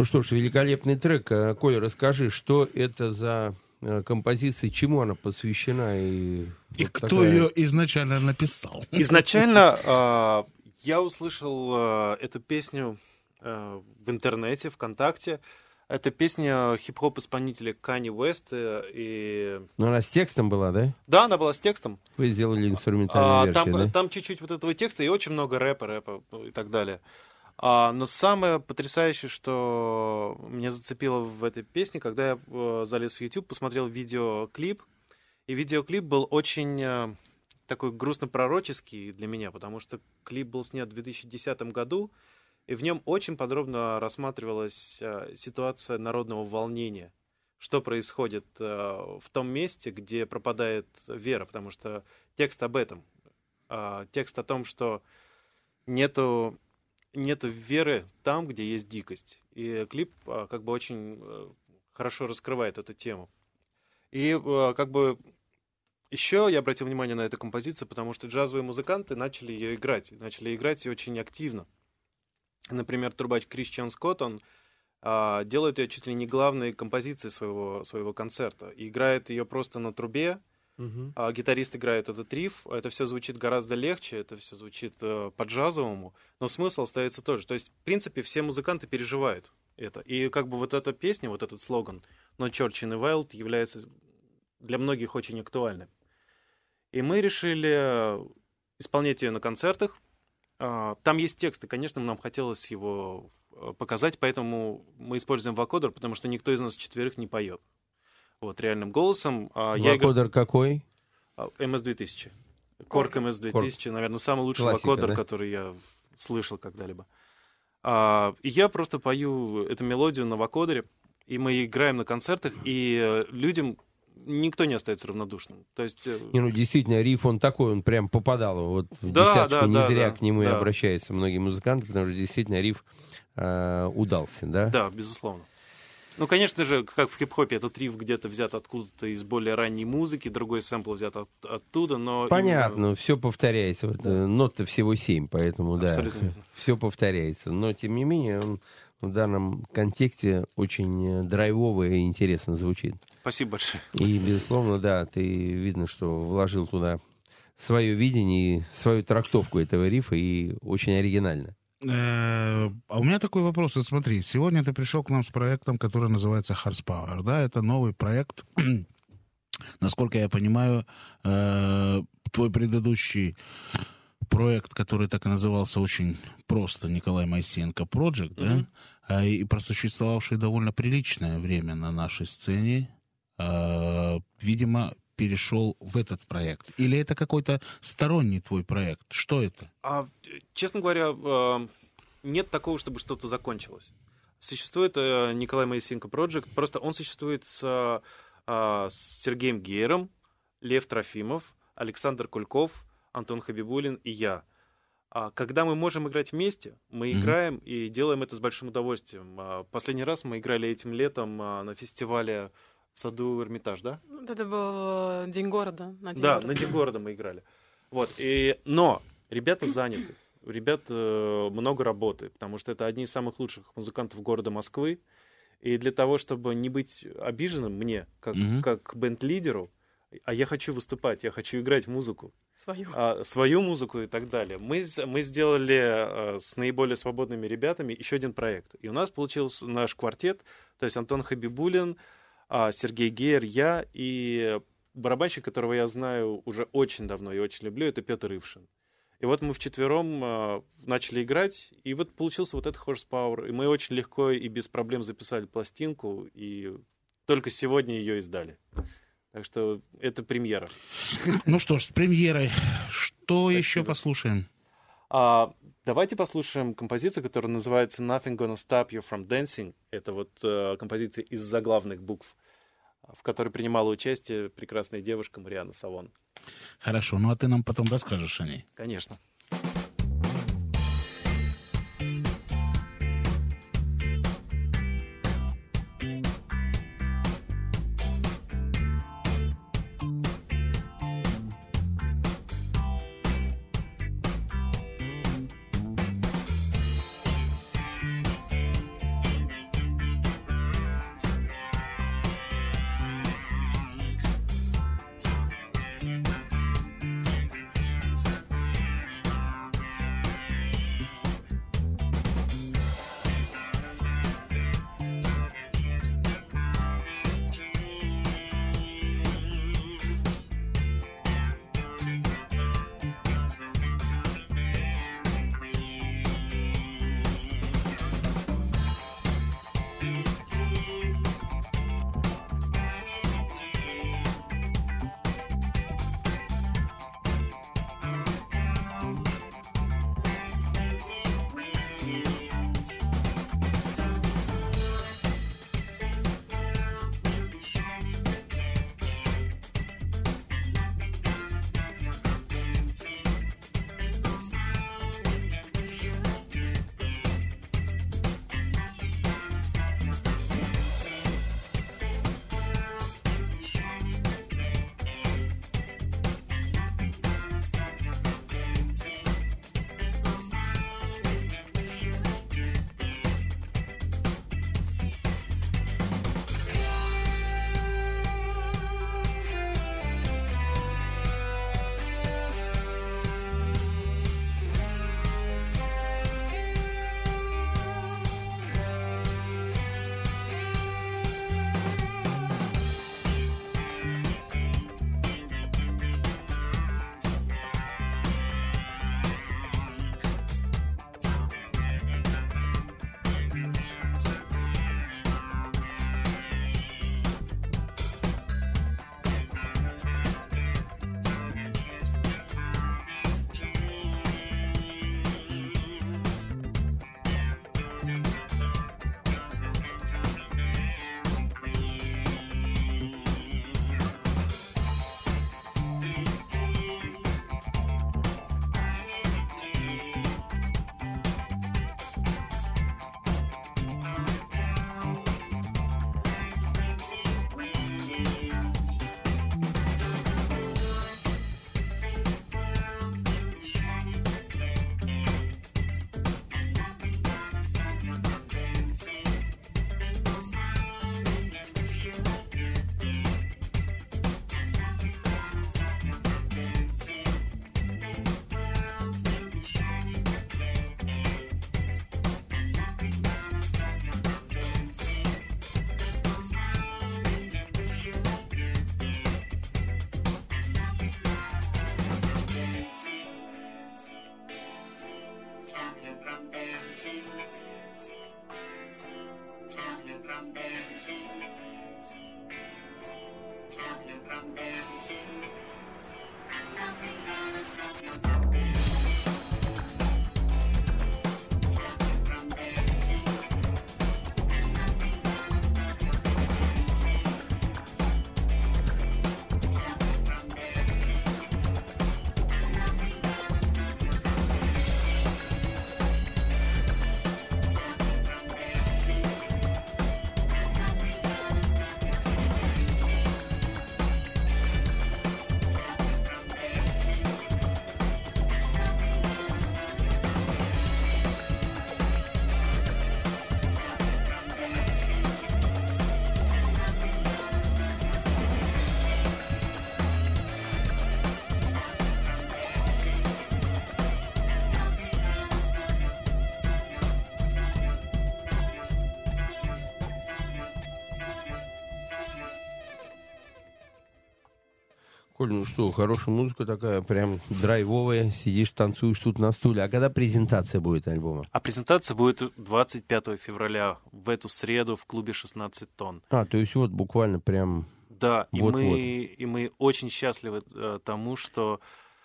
Ну что ж, великолепный трек. Коля, расскажи, что это за композиция, чему она посвящена? И, и вот кто такая... ее изначально написал? Изначально э, я услышал э, эту песню э, в интернете, ВКонтакте. Это песня хип-хоп-исполнителя Канье Уэста. И... Но она с текстом была, да? Да, она была с текстом. Вы сделали инструментальную а, версию, там, да? Там чуть-чуть вот этого текста и очень много рэпа, рэпа и так далее. А, но самое потрясающее, что меня зацепило в этой песне, когда я э, залез в YouTube, посмотрел видеоклип. И видеоклип был очень э, такой грустно-пророческий для меня, потому что клип был снят в две тысячи десятом году, и в нем очень подробно рассматривалась э, ситуация народного волнения, что происходит э, в том месте, где пропадает вера, потому что текст об этом, э, текст о том, что нету, нету веры там, где есть дикость. И клип э, как бы очень э, хорошо раскрывает эту тему. И э, как бы еще я обратил внимание на эту композицию, потому что джазовые музыканты начали ее играть, начали играть ее очень активно. Например, трубач Кристиан Скотт, он а, делает ее чуть ли не главной композицией своего, своего концерта. И играет ее просто на трубе, uh-huh. а гитарист играет этот риф. Это все звучит гораздо легче, это все звучит а, по-джазовому, но смысл остается тот же. То есть, в принципе, все музыканты переживают это. И как бы вот эта песня, вот этот слоган «No Church in the Wild» является для многих очень актуальным. И мы решили исполнять ее на концертах. Там есть текст, и, конечно, нам хотелось его показать, поэтому мы используем вокодер, потому что никто из нас четверых не поет. Вот, реальным голосом. Вокодер игр... какой? эм эс две тысячи. Корг эм эс две тысячи, Корг. Наверное, самый лучший Классика, вокодер, да? Который я слышал когда-либо. И я просто пою эту мелодию на вокодере, и мы играем на концертах, и людям... Никто не остается равнодушным. То есть... Не, ну, действительно, риф, он такой, он прям попадал вот в да, десятку. Да, не да, зря да, к нему да. и обращаются многие музыканты, потому что действительно риф э, удался, да? Да, безусловно. Ну, конечно же, как в хип-хопе, этот риф где-то взят откуда-то из более ранней музыки, другой сэмпл взят от, оттуда, но... Понятно, именно... все повторяется. Вот, да. Нот-то всего семь, поэтому, абсолютно. Да, все повторяется. Но, тем не менее, он в данном контексте очень драйвово и интересно звучит. Спасибо большое. И, безусловно, да, ты видно, что вложил туда свое видение и свою трактовку этого рифа, и очень оригинально. А у меня такой вопрос. Вот смотри, сегодня ты пришел к нам с проектом, который называется Horsepower, да? Это новый проект. Насколько я понимаю, твой предыдущий проект, который так и назывался очень просто Николай Моисеенко Project, mm-hmm. да, и просуществовавший довольно приличное время на нашей сцене, видимо, перешел в этот проект. Или это какой-то сторонний твой проект? Что это? А, честно говоря, нет такого, чтобы что-то закончилось. Существует Николай Моисеенко Project, просто он существует с, с Сергеем Гейером, Лев Трофимов, Александр Кульков, Антон Хабибулин и я. Когда мы можем играть вместе, мы mm-hmm. играем и делаем это с большим удовольствием. Последний раз мы играли этим летом на фестивале в саду Эрмитаж, да? Это был День города. На День да, города. на День города мы играли. Вот. И... Но ребята заняты. У ребят много работы, потому что это одни из самых лучших музыкантов города Москвы. И для того, чтобы не быть обиженным мне, как, mm-hmm. как бенд-лидеру, а я хочу выступать, я хочу играть музыку. Свою. А, свою музыку и так далее. Мы, мы сделали а, с наиболее свободными ребятами еще один проект. И у нас получился наш квартет, то есть Антон Хабибулин, а, Сергей Гейер, я и барабанщик, которого я знаю уже очень давно и очень люблю, это Петр Ившин. И вот мы вчетвером а, начали играть, и вот получился вот этот Horsepower. И мы очень легко и без проблем записали пластинку, и только сегодня ее издали. Так что это премьера. Ну что ж, с премьерой. Что Спасибо. Еще послушаем? А, давайте послушаем композицию, которая называется «Nothing Gonna Stop You From Dancing». Это вот а, композиция из заглавных букв, в которой принимала участие прекрасная девушка Марианна Савон. Хорошо, ну а ты нам потом расскажешь о ней. Конечно. Коль, ну что, хорошая музыка такая, прям драйвовая, сидишь, танцуешь тут на стуле. А когда презентация будет альбома? А презентация будет двадцать пятого февраля, в эту среду в клубе шестнадцать тонн. А, то есть вот буквально прям... Да, и, вот, мы, вот. и мы очень счастливы э, тому, что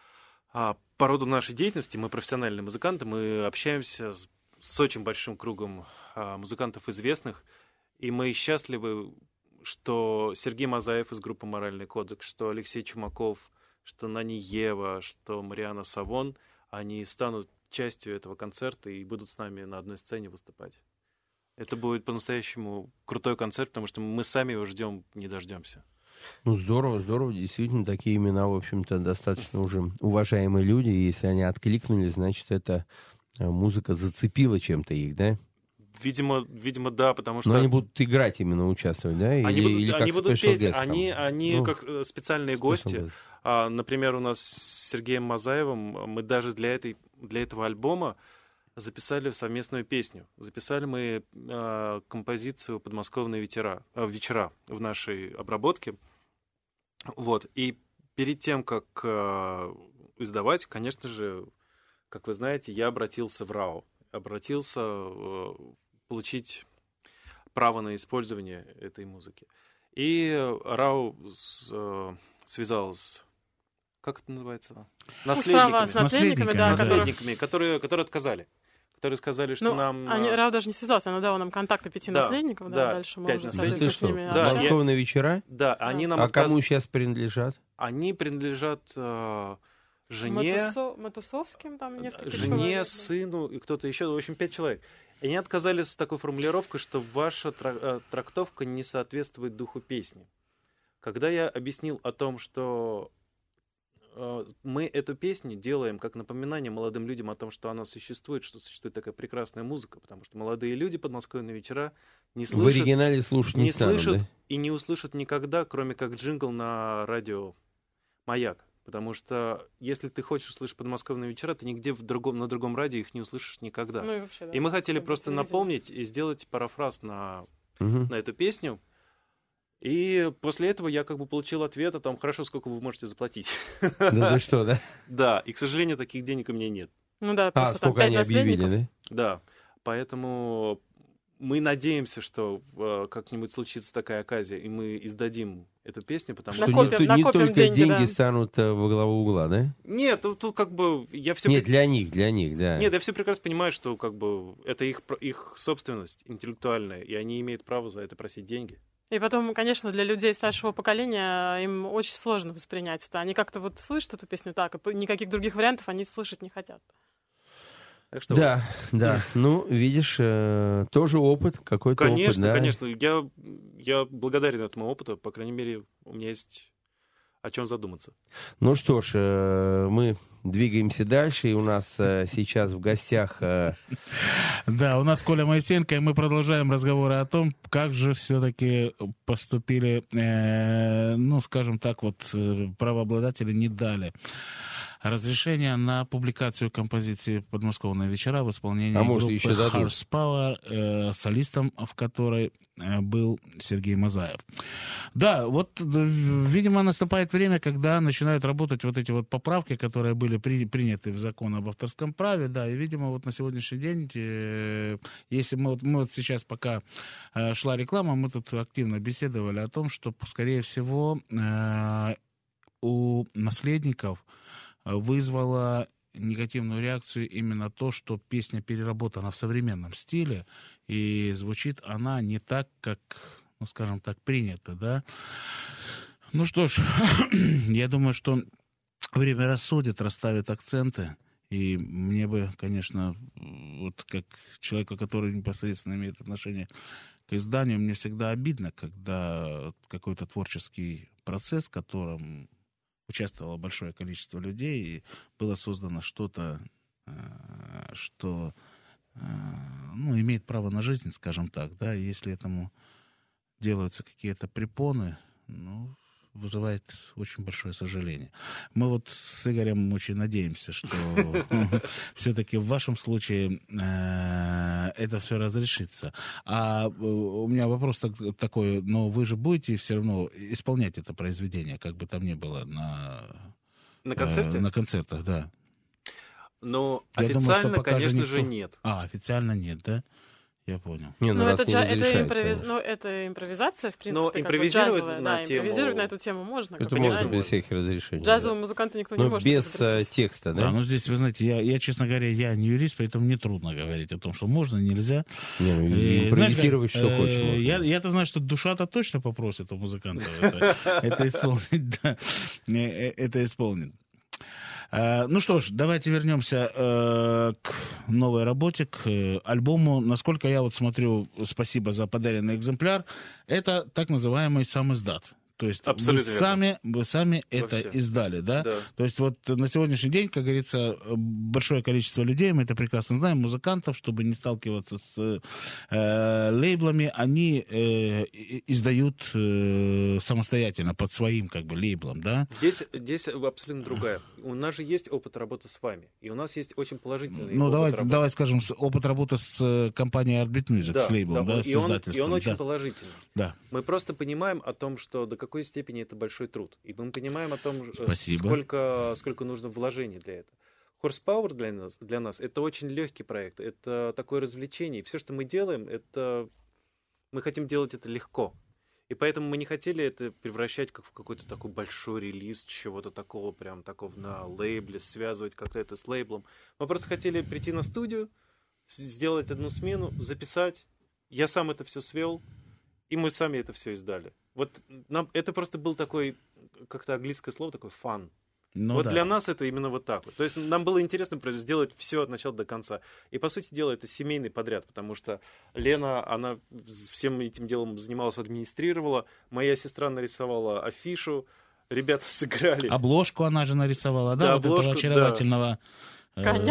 а, по роду нашей деятельности, мы профессиональные музыканты, мы общаемся с, с очень большим кругом а, музыкантов известных, и мы счастливы, что Сергей Мазаев из группы «Моральный кодекс», что Алексей Чумаков, что Нани Ева, что Мариана Савон, они станут частью этого концерта и будут с нами на одной сцене выступать. Это будет по-настоящему крутой концерт, потому что мы сами его ждем, не дождемся. Ну, здорово, здорово. Действительно, такие имена, в общем-то, достаточно уже уважаемые люди. И если они откликнулись, значит, эта музыка зацепила чем-то их, да? Видимо, видимо, да, потому что... Но они будут играть именно, участвовать, да? Они или, будут, или как они будут петь, guest, они, там? они ну, как специальные гости. А, например, у нас с Сергеем Мазаевым мы даже для, этой, для этого альбома записали совместную песню. Записали мы э, композицию «Подмосковные ветера», э, вечера в нашей обработке. Вот. И перед тем, как э, издавать, конечно же, как вы знаете, я обратился в РАО. Обратился э, получить право на использование этой музыки. И РАО с, э, связалась... Как это называется? Наследниками. С наследниками, да, наследниками которые, которые отказали. Которые сказали, что ну, нам... Они, РАО даже не связался, она дала нам контакты пяти да, наследников, да, да, дальше мы пять уже, наследников. соответственно, с ними Да, общались. «Подмосковные вечера»? Да, они нам А отказ... кому сейчас принадлежат? Они принадлежат э, жене... Матусо... Матусовским, там несколько жене, человек. сыну и кто-то еще, в общем, пять человек. И они отказались с такой формулировкой, что ваша тра- трактовка не соответствует духу песни. Когда я объяснил о том, что мы эту песню делаем как напоминание молодым людям о том, что она существует, что существует такая прекрасная музыка, потому что молодые люди «Подмосковные вечера» не слышат, в оригинале слушать не, не станут, слышат да? и не услышат никогда, кроме как джингл на радио «Маяк». Потому что если ты хочешь услышать «Подмосковные вечера», ты нигде в другом, на другом радио их не услышишь никогда. Ну, и, вообще, да, и мы хотели просто телевидение. напомнить и сделать парафраз на, Угу. на эту песню. И после этого я как бы получил ответ о том, хорошо, сколько вы можете заплатить. Да ты что, да? Да, и, к сожалению, таких денег у меня нет. Ну да, А, просто там сколько пять они объявили, наследников. да? Да, поэтому мы надеемся, что э, как-нибудь случится такая оказия, и мы издадим эту песню, потому что... Накопим, Что не, не накопим только деньги, деньги да. станут э, во главу угла, да? Нет, тут, тут как бы я все... Нет, для них, для них, да. Нет, я все прекрасно понимаю, что как бы это их, их собственность интеллектуальная, и они имеют право за это просить деньги. И потом, конечно, для людей старшего поколения им очень сложно воспринять это. Они как-то вот слышат эту песню так, и никаких других вариантов они слышать не хотят. Так что Да, да. Ну, видишь, э, тоже опыт, какой-то конечно, опыт, да? конечно. Я, я благодарен этому опыту. По крайней мере, у меня есть о чем задуматься. Ну что ж, э, мы двигаемся дальше, и у нас э, сейчас в гостях... э, Да, у нас Коля Моисеенко, и мы продолжаем разговоры о том, как же все-таки поступили, э, ну, скажем так, вот э, правообладатели не дали разрешение на публикацию композиции «Подмосковные вечера» в исполнении А может, группы еще дадут? Horse Power, э, солистом в которой э, был Сергей Мазаев. Да, вот, да, видимо, наступает время, когда начинают работать вот эти вот поправки, которые были при, приняты в закон об авторском праве, да, и, видимо, вот на сегодняшний день, э, если мы вот, мы вот сейчас, пока э, шла реклама, мы тут активно беседовали о том, что, скорее всего, э, у наследников вызвало негативную реакцию именно то, что песня переработана в современном стиле, и звучит она не так, как, ну, скажем так, принято, да. Ну что ж, я думаю, что время рассудит, расставит акценты, и мне бы, конечно, вот как человеку, который непосредственно имеет отношение к изданию, мне всегда обидно, когда какой-то творческий процесс, в котором участвовало большое количество людей, и было создано что-то, что, ну, имеет право на жизнь, скажем так, да, и если этому делаются какие-то препоны, ну, вызывает очень большое сожаление. Мы вот с Игорем очень надеемся, что все-таки в вашем случае это все разрешится. А у меня вопрос такой, но вы же будете все равно исполнять это произведение, как бы там ни было, на... На концерте? На концертах, да. Но Я официально, думаю, конечно же, никто... же нет. А, официально нет, да? Я понял. Не, ну, ну, это, не джа- это, импровиз... конечно. ну, это импровизация, в принципе, Но как импровизировать бы джазовая. на Да, тему- импровизировать на эту тему можно. Это как можно понимаем. без всяких разрешений. Джазового да. музыканта никто Но не может без это запретить. э, текста, да? Да, ну здесь, вы знаете, я, я, честно говоря, я не юрист, поэтому мне трудно говорить о том, что можно, нельзя. Не, ну, Э, импровизировать, знаешь, что э, хочешь. можно. Я, я-то знаю, что душа-то точно попросит у музыкантов это, это исполнить, да, Э, э, это исполнит. Э, Ну что ж, давайте вернемся э, к новой работе, к э, альбому. Насколько я вот смотрю, спасибо за подаренный экземпляр, это так называемый сам издат. То есть вы Абсолютно верно. сами, вы сами это все. издали, да? Да. То есть вот на сегодняшний день, как говорится, большое количество людей, мы это прекрасно знаем, музыкантов, чтобы не сталкиваться с э, лейблами, они э, и- издают э, самостоятельно, под своим как бы лейблом, да? Здесь, здесь абсолютно другая. У нас же есть опыт работы с вами. И у нас есть очень положительный Ну, опыт давай, работы. давай скажем, с- опыт работы с э, компанией Artbeat Music, Да, с лейблом, да, да, с и, он, и издательством. он очень да. положительный. Да. Мы просто понимаем о том, что до какой степени это большой труд. И мы понимаем о том, э, Спасибо. сколько, сколько нужно вложений для этого. Horsepower для нас, для нас это очень легкий проект, это такое развлечение. Все, что мы делаем, это мы хотим делать это легко. И поэтому мы не хотели это превращать как в какой-то такой большой релиз, чего-то такого, прям такого на лейбле, связывать как-то это с лейблом. Мы просто хотели прийти на студию, с- сделать одну смену, записать. Я сам это все свел, и мы сами это все издали. Вот нам это просто был такой, как-то английское слово, такой фан. Ну, вот да. для нас это именно вот так вот. То есть нам было интересно просто сделать все от начала до конца. И, по сути дела, это семейный подряд, потому что Лена, она всем этим делом занималась, администрировала. Моя сестра нарисовала афишу, ребята сыграли. Обложку она же нарисовала, да, Да, вот обложку, этого очаровательного... э, Коня.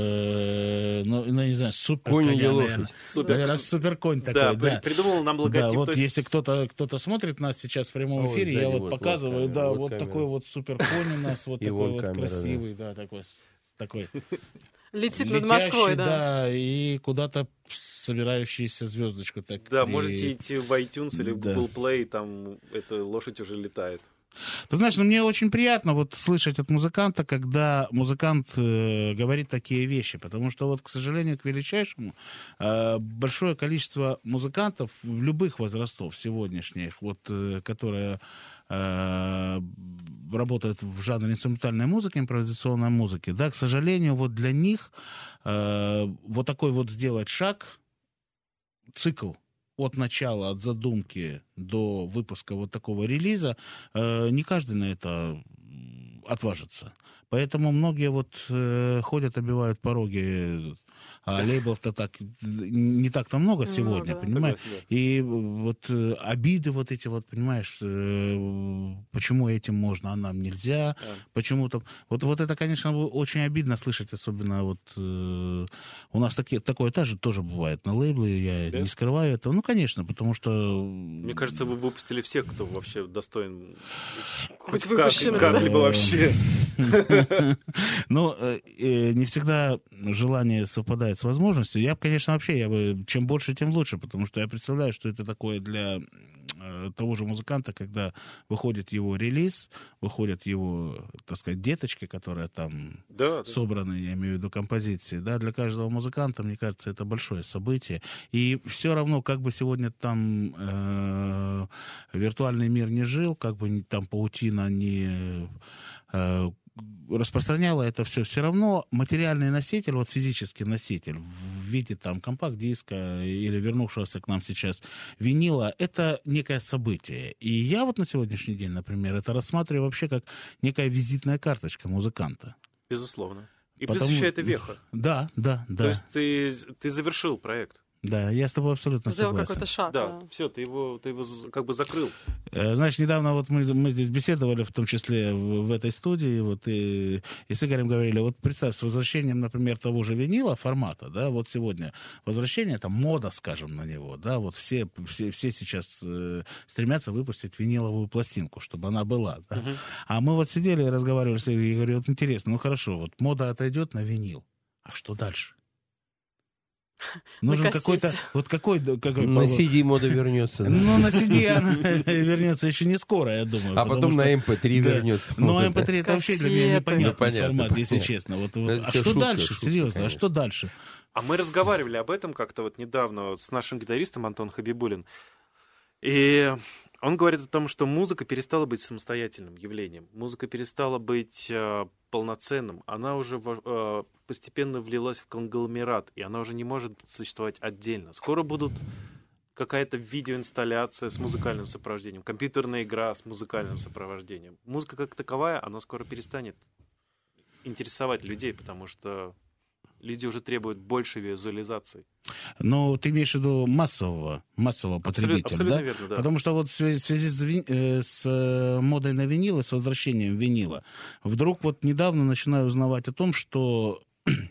Ну, ну, не знаю, супер Конь коня, или лошадь? наверное. Супер. Наверное, супер конь такой, Да, да. при- придумал нам Да, логотип. вот то есть- если кто-то кто смотрит нас сейчас в прямом Ой, эфире, я сзади вот, вот, показываю, вот да, камера, вот, вот такой камера. вот супер конь у нас, вот И такой вон вот камера, да. красивый, да, такой, такой Летит над летящий, Москвой, да. да, и куда-то собирающийся звездочку так. Да, и- можете идти в iTunes или в Да. Google Play, там эта лошадь уже летает. Ты знаешь, ну, мне очень приятно вот слышать от музыканта, когда музыкант э, говорит такие вещи, потому что вот, к сожалению, к величайшему, э, большое количество музыкантов в любых возрастов сегодняшних, вот, э, которые э, работают в жанре инструментальной музыки, импровизационной музыки, да, к сожалению, вот для них э, вот такой вот сделать шаг, цикл, от начала, от задумки до выпуска вот такого релиза, э, не каждый на это отважится. Поэтому многие вот э, ходят, обивают пороги, а лейблов-то так не так-то много сегодня, Много. понимаешь? Согласен, И вот э, обиды вот эти вот, понимаешь, э, почему этим можно, а нам нельзя, Да. почему там... Вот, вот это, конечно, очень обидно слышать, особенно вот э, у нас такие, такое тоже, тоже бывает на лейбле, я Да? не скрываю этого. Ну, конечно, потому что... Мне кажется, вы выпустили всех, кто вообще достоин хоть как, выпущенным, как-либо да. вообще. Но э, э, не всегда желание совпадает с возможностью. Я бы, конечно, вообще, я бы, чем больше, тем лучше, потому что я представляю, что это такое для э, того же музыканта, когда выходит его релиз, выходят его, так сказать, деточки, которые там Да, да. собраны, я имею в виду композиции, да, для каждого музыканта, мне кажется, это большое событие. И все равно, как бы сегодня там э, виртуальный мир не жил, как бы ни- там паутина не э, распространяла это все, все равно материальный носитель, вот физический носитель в виде там компакт-диска или вернувшегося к нам сейчас винила, это некое событие. И я вот на сегодняшний день, например, это рассматриваю вообще как некая визитная карточка музыканта. Безусловно. И Потому- плюс еще это веха. Да, да, да. То есть ты, ты завершил проект. Да, я с тобой абсолютно Сделал согласен. какой-то шаг. Да, Да. все, ты его, ты его з- как бы закрыл. Э, Знаешь, недавно вот мы, мы здесь беседовали, в том числе в, в этой студии, вот, и, и с Игорем говорили, вот представь, с возвращением, например, того же винила формата, да, вот сегодня возвращение, там, мода, скажем, на него, да, вот все, все, все сейчас э, стремятся выпустить виниловую пластинку, чтобы она была, да. Мгм. А мы вот сидели и разговаривали с Игорем, и говорю, вот интересно, ну хорошо, вот мода отойдет на винил, а что дальше? Нужен кассете. какой-то, вот какой, какой На си ди мода вернется. да. ну, на си ди она вернется еще не скоро, я думаю. А потому потом что- на эм пэ три Да. вернется. Но мода, эм пэ три это вообще для меня Кассеты. непонятный Ну, понятно, формат, если понятно. честно. Вот, вот. Это А всё что шутка, дальше, шутка, серьезно, а конечно. что дальше? А мы разговаривали об этом как-то вот недавно вот с нашим гитаристом Антон Хабибулин. И он говорит о том, что музыка перестала быть самостоятельным явлением. Музыка перестала быть э, полноценным. Она уже во- э, постепенно влилась в конгломерат, и она уже не может существовать отдельно. Скоро будут какая-то видеоинсталляция с музыкальным сопровождением, компьютерная игра с музыкальным сопровождением. Музыка как таковая, она скоро перестанет интересовать людей, потому что люди уже требуют большей визуализации. Ну, ты имеешь в виду массового, массового Абсолютно, потребителя, абсолютно да? верно, да. Потому что вот в связи, в связи с, ви- э, с э, модой на винил и с возвращением винила, вдруг вот недавно начинаю узнавать о том, что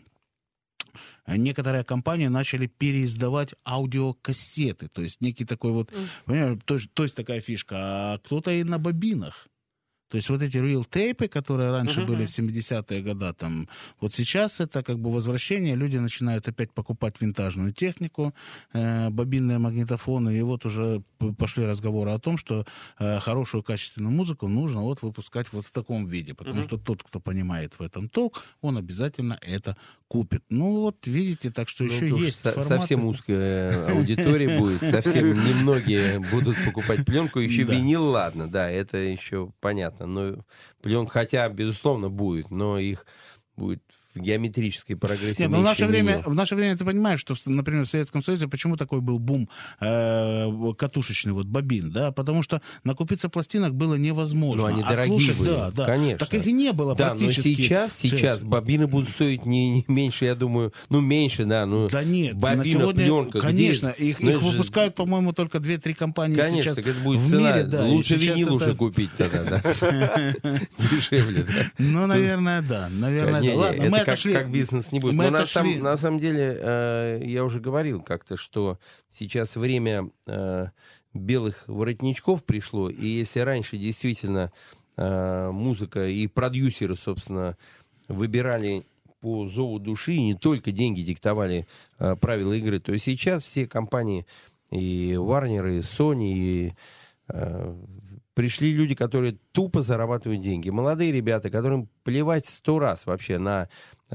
некоторые компании начали переиздавать аудиокассеты. То есть некий такой вот, понимаешь, то, есть- то есть такая фишка, а кто-то и на бобинах. То есть вот эти real-тейпы, которые раньше Мгм. были в семидесятые годы, там, вот сейчас это как бы возвращение, люди начинают опять покупать винтажную технику, э, бобинные магнитофоны, и вот уже п- пошли разговоры о том, что э, хорошую качественную музыку нужно вот выпускать вот в таком виде, потому Мгм. что тот, кто понимает в этом толк, он обязательно это купит. Ну вот, видите, так что Ну, еще это уж есть со- форматы. совсем узкая аудитория будет, совсем немногие будут покупать пленку, еще Да. винил, ладно, да, это еще понятно, но пленка, хотя, безусловно, будет, но их будет в геометрической прогрессии. Нет, но в меньше наше, время, винил. в наше время ты понимаешь, что, например, в Советском Союзе почему такой был бум э, катушечный вот бобин, да? Потому что накупиться пластинок было невозможно. Ну, они а дорогие слушать, были, да, да. конечно. Так их и не было Да, но практически. сейчас, сейчас бобины будут стоить не, не меньше, я думаю, ну, меньше, да, ну, Да нет, на бобина, сегодня, пленка, конечно, где- их, ну, их это же- выпускают, по-моему, только две-три компании Конечно, сейчас так это будет в цена. мире, да. и Лучше сейчас винил это- уже купить тогда, да. Дешевле, да. Ну, наверное, да. Наверное, Не, да. не, Ладно, это мы как, отошли. как бизнес не будет. мы Но на, отошли. сам- на самом деле, э, я уже говорил как-то, что сейчас время э, белых воротничков пришло, и если раньше действительно э, музыка и продюсеры, собственно, выбирали по зову души, и не только деньги диктовали э, правила игры, то сейчас все компании, и Warner, и Sony, и э, пришли люди, которые тупо зарабатывают деньги. Молодые ребята, которым плевать сто раз вообще на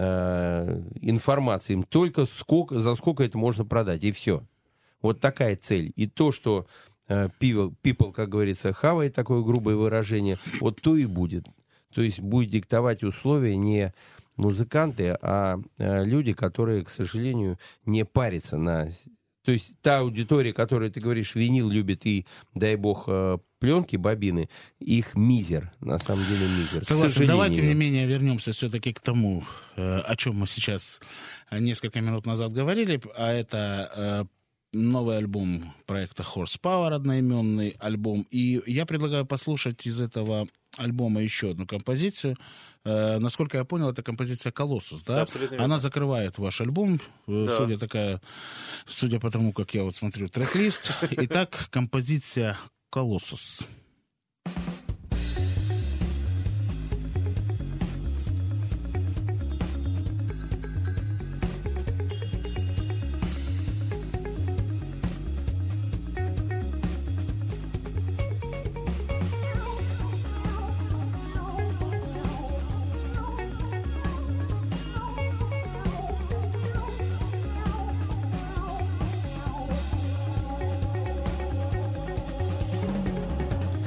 э, информацию. Им только сколько, за сколько это можно продать, и все. Вот такая цель. И то, что э, people, people, как говорится, хавает, такое грубое выражение, вот то и будет. То есть будет диктовать условия не музыканты, а э, люди, которые, к сожалению, не парятся на... То есть та аудитория, которая, ты говоришь, винил любит и, дай бог, э, пленки, бобины, их мизер, на самом деле мизер. к Согласен. сожалению. Давай, тем не менее, вернемся все-таки к тому, э, о чем мы сейчас э, несколько минут назад говорили, а это э, новый альбом проекта Horsepower, одноименный альбом. И я предлагаю послушать из этого альбома еще одну композицию. Э, насколько я понял, это композиция «Колоссус», да? Да, абсолютно верно. Она закрывает ваш альбом, э, Да. судя, такая, судя по тому, как я вот смотрю трек-лист. Итак, композиция «Колоссус». Thank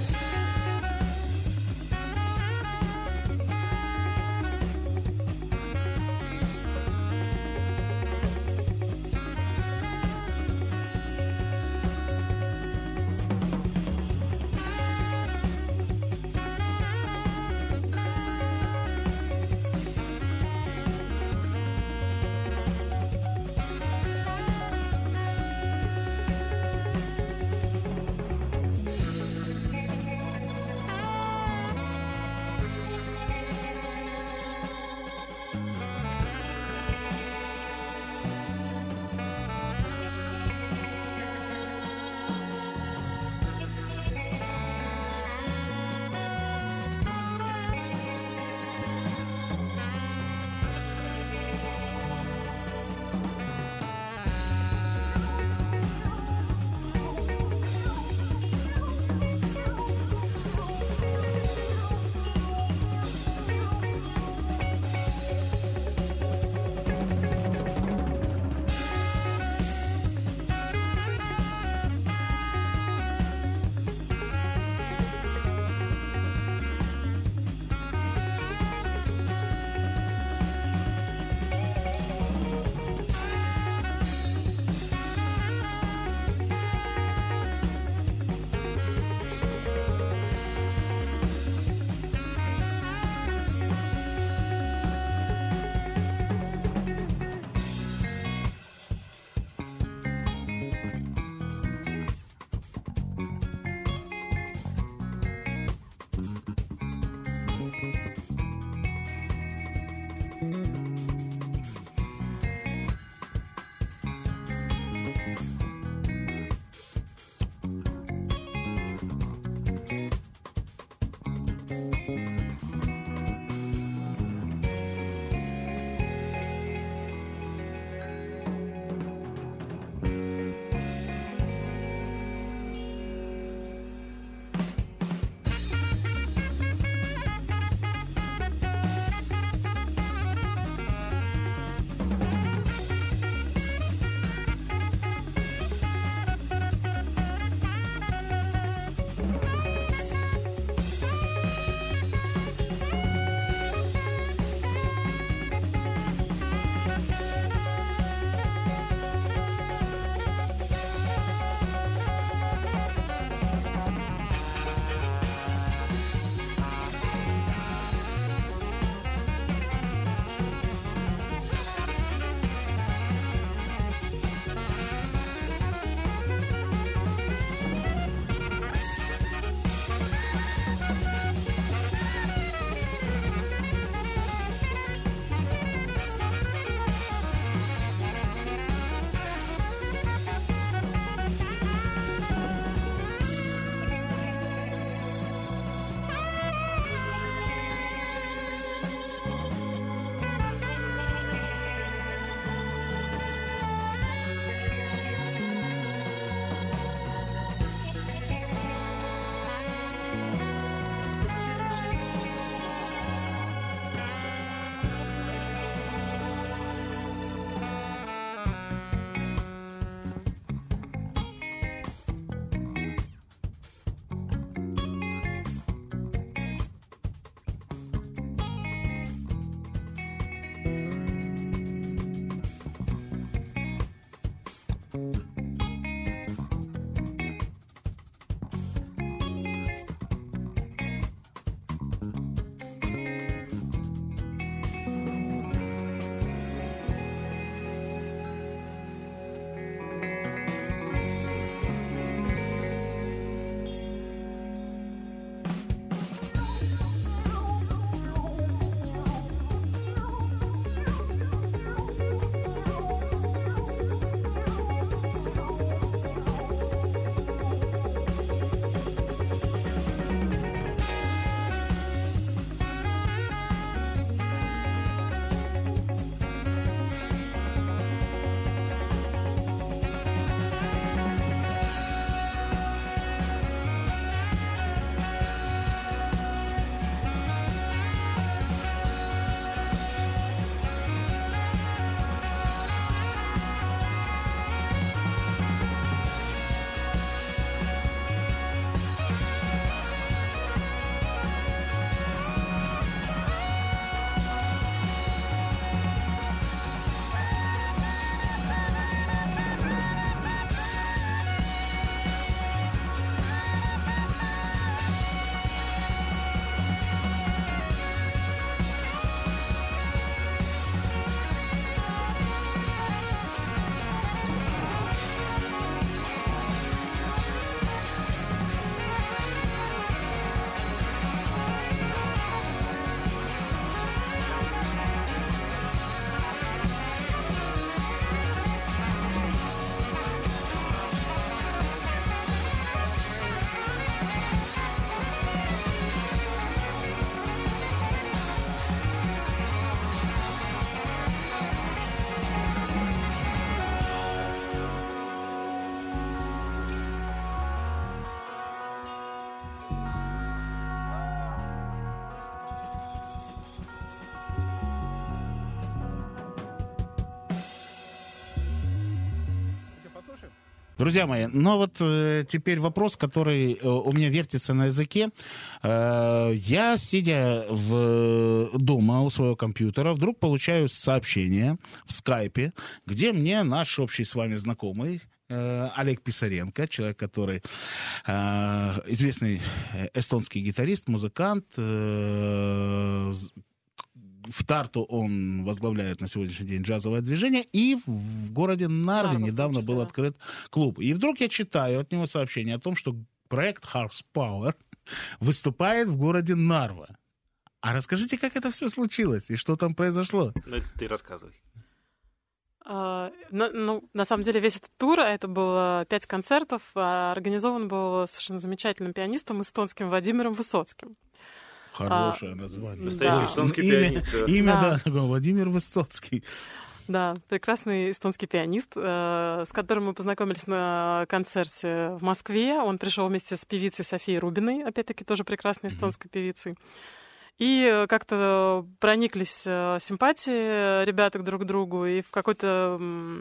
Друзья мои, ну вот э, теперь вопрос, который э, у меня вертится на языке. Э, я, сидя в, дома у своего компьютера, вдруг получаю сообщение в скайпе, где мне наш общий с вами знакомый э, Олег Писаренко, человек, который э, известный эстонский гитарист, музыкант, э, в Тарту он возглавляет на сегодняшний день джазовое движение, и в городе Нарве Нарва, недавно был открыт клуб. И вдруг я читаю от него сообщение о том, что проект Horsepower выступает в городе Нарва. А расскажите, как это все случилось и что там произошло? Ну, ты рассказывай. Uh, ну, ну, на самом деле, весь этот тур, это было пять концертов, а организован был совершенно замечательным пианистом эстонским Владимиром Высоцким. Хорошее а, название. Настоящий да. эстонский имя, пианист. Да. Имя, да, да, такое, Владимир Высоцкий. Да, прекрасный эстонский пианист, э, с которым мы познакомились на концерте в Москве. Он пришел вместе с певицей Софией Рубиной, опять-таки тоже прекрасной эстонской mm-hmm. певицей. И как-то прониклись симпатии ребята друг к другу, и в какой-то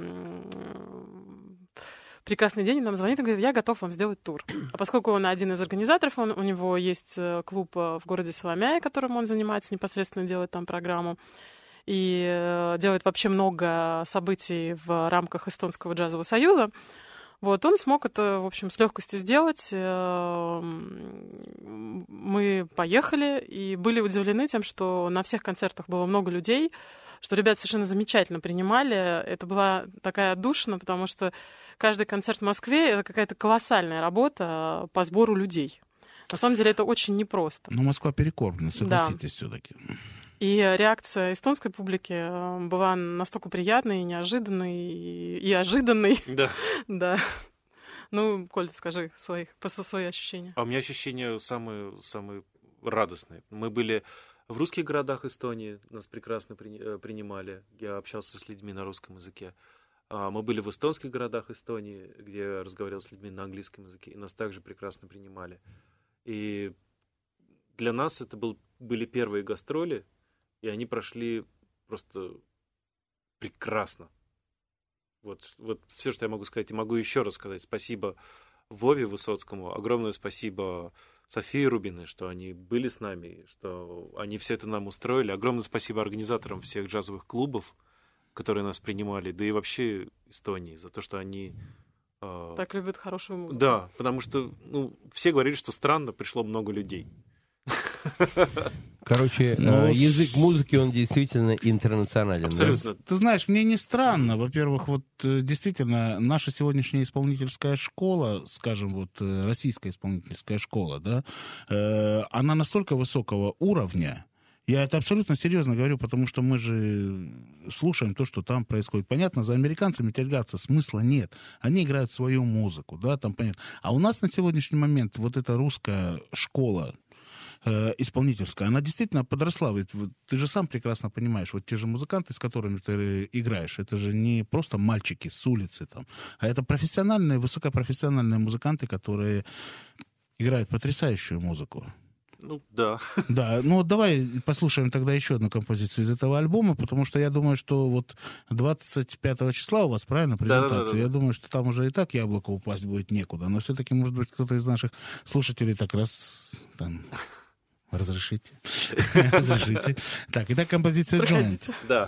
прекрасный день он нам звонит и говорит: я готов вам сделать тур. А поскольку он один из организаторов, он, у него есть клуб в городе Соломяя, которым он занимается, непосредственно делает там программу, и делает вообще много событий в рамках Эстонского джазового союза. Вот, он смог это, в общем, с легкостью сделать. Мы поехали и были удивлены тем, что на всех концертах было много людей, что ребята совершенно замечательно принимали. Это была такая отдушина, потому что каждый концерт в Москве — это какая-то колоссальная работа по сбору людей. На самом деле это очень непросто. Но Москва перекормлена, согласитесь, да. Все-таки. И реакция эстонской публики была настолько приятной, неожиданной и, и ожиданной. Да. Да. Ну, Коль, скажи свои, свои ощущения. А у меня ощущения самые, самые радостные. Мы были в русских городах Эстонии, нас прекрасно при, принимали. Я общался с людьми на русском языке. Мы были в эстонских городах Эстонии, где я разговаривал с людьми на английском языке, и нас также прекрасно принимали. И для нас это был, были первые гастроли, и они прошли просто прекрасно. Вот, вот все, что я могу сказать. И могу еще раз сказать спасибо Вове Высоцкому, огромное спасибо Софии Рубиной, что они были с нами, что они все это нам устроили. Огромное спасибо организаторам всех джазовых клубов, которые нас принимали, да и вообще Эстонии, за то, что они... Э... Так любят хорошую музыку. Да, потому что ну, все говорили, что странно, пришло много людей. Короче, Но... язык музыки, он действительно интернационален. Абсолютно. Да? Ты знаешь, мне не странно. Во-первых, вот действительно, наша сегодняшняя исполнительская школа, скажем, вот российская исполнительская школа, да, э, она настолько высокого уровня. Я это абсолютно серьезно говорю, потому что мы же слушаем то, что там происходит. Понятно, за американцами тягаться смысла нет. Они играют свою музыку, да, там понятно. А у нас на сегодняшний момент вот эта русская школа, исполнительская, она действительно подросла. Ведь вот, ты же сам прекрасно понимаешь, вот те же музыканты, с которыми ты играешь, это же не просто мальчики с улицы, там, а это профессиональные, высокопрофессиональные музыканты, которые играют потрясающую музыку. Ну, да. Да, ну давай послушаем тогда еще одну композицию из этого альбома, потому что я думаю, что вот двадцать пятого числа у вас, правильно, презентация? Да, да, да, да. Я думаю, что там уже и так яблоко упасть будет некуда, но все-таки, может быть, кто-то из наших слушателей так раз там... Разрешите? Разрешите. Так, итак, композиция «Joint». Да.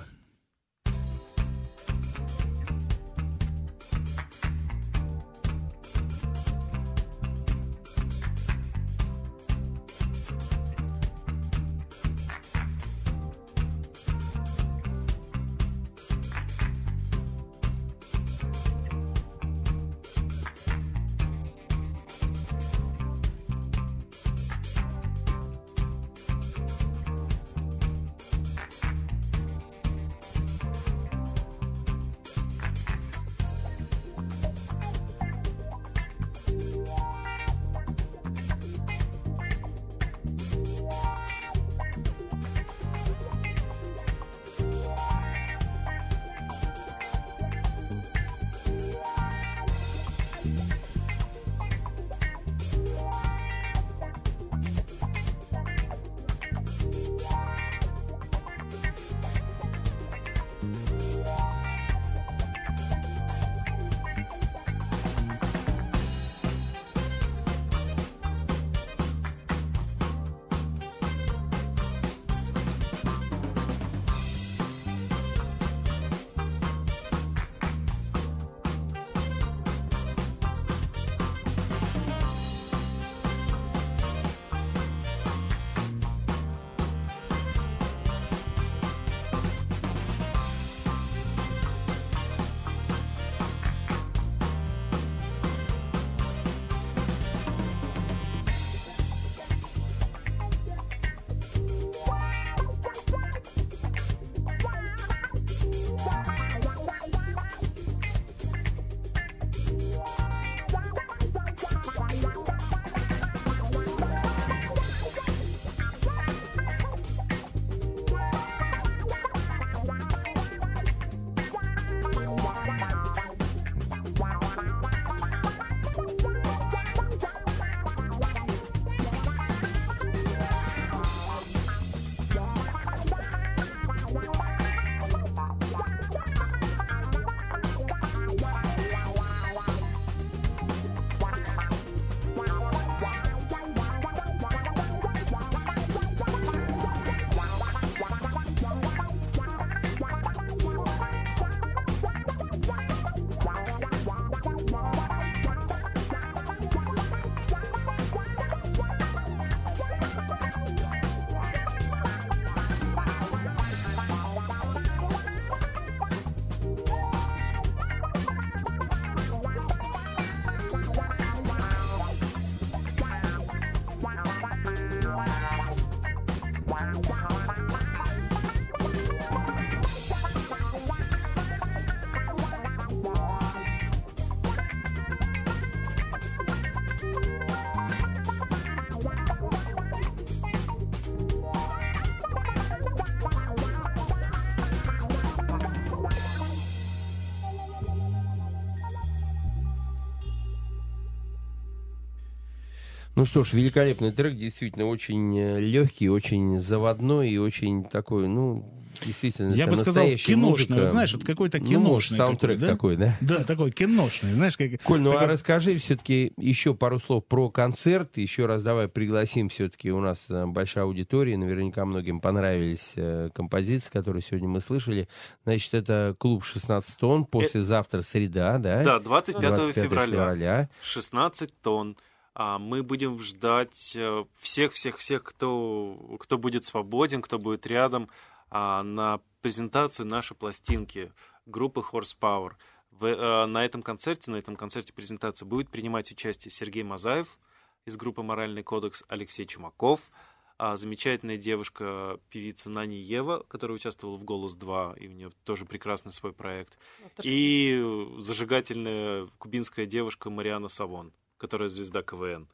Ну что ж, великолепный трек, действительно очень легкий, очень заводной и очень такой, ну, действительно, я это бы сказал, киношный, музыка. Знаешь, это какой-то киношный. Ну, может, саундтрек такой, да? такой, да? Да, такой киношный, знаешь, как... Коль, ну такой... а расскажи все-таки еще пару слов про концерт, еще раз давай пригласим, все-таки у нас большая аудитория, наверняка многим понравились э, композиции, которые сегодня мы слышали. Значит, это клуб шестнадцать тонн, послезавтра среда, да? Да, двадцать пятого февраля, февраля, шестнадцать тонн. А мы будем ждать всех-всех-всех, кто, кто будет свободен, кто будет рядом, а, на презентацию нашей пластинки группы Horsepower. В, а, на этом концерте, на этом концерте презентации будет принимать участие Сергей Мазаев из группы «Моральный кодекс», Алексей Чумаков, а, замечательная девушка, певица Нани Ева, которая участвовала в «Голос-два», и у нее тоже прекрасный свой проект, авторский. И зажигательная кубинская девушка Мариана Савон, которая звезда КВН.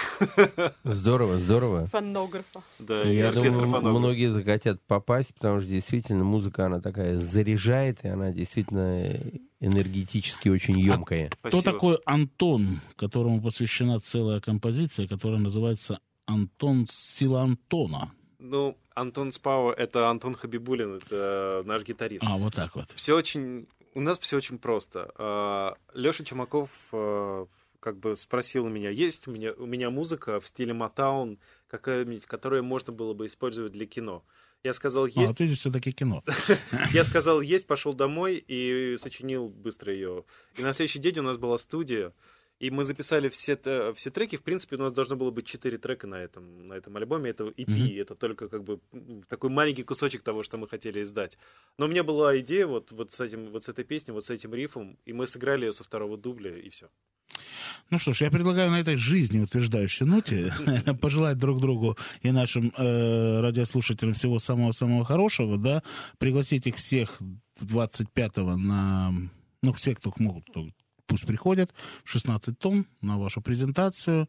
Здорово, здорово. Фонографа. Да, я думаю, многие захотят попасть, потому что действительно музыка, она такая заряжает, и она действительно энергетически очень емкая. А кто такой Антон, которому посвящена целая композиция, которая называется «Антон, сила Антона»? Ну, Антон Спауэр — это Антон Хабибулин, это наш гитарист. А, вот так вот. Все очень... У нас все очень просто. Леша Чумаков как бы спросил у меня, есть у меня, у меня музыка в стиле Motown, какая-нибудь, которую можно было бы использовать для кино. Я сказал, есть. А, ты все-таки кино. Я сказал, есть, пошел домой и сочинил быстро ее. И на следующий день у нас была студия, и мы записали все, все треки. В принципе, у нас должно было быть четыре трека на этом, на этом альбоме. Это и пи, mm-hmm. это только как бы такой маленький кусочек того, что мы хотели издать. Но у меня была идея вот, вот, с этим, вот с этой песней, вот с этим рифом, и мы сыграли ее со второго дубля, и все. Ну что ж, я предлагаю на этой жизнеутверждающей ноте пожелать друг другу и нашим э, радиослушателям всего самого-самого хорошего, да, пригласить их всех двадцать пятого на, ну, все, кто могут, пусть приходят в шестнадцать тонн на вашу презентацию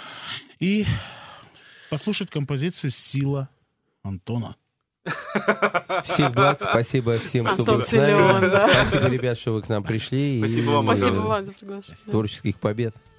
и послушать композицию «Сила Антона». Всех благ, спасибо всем, кто Антон был с нами. Силён, да. Спасибо, ребят, что вы к нам пришли. Спасибо вам. Спасибо вам за приглашение. Творческих побед.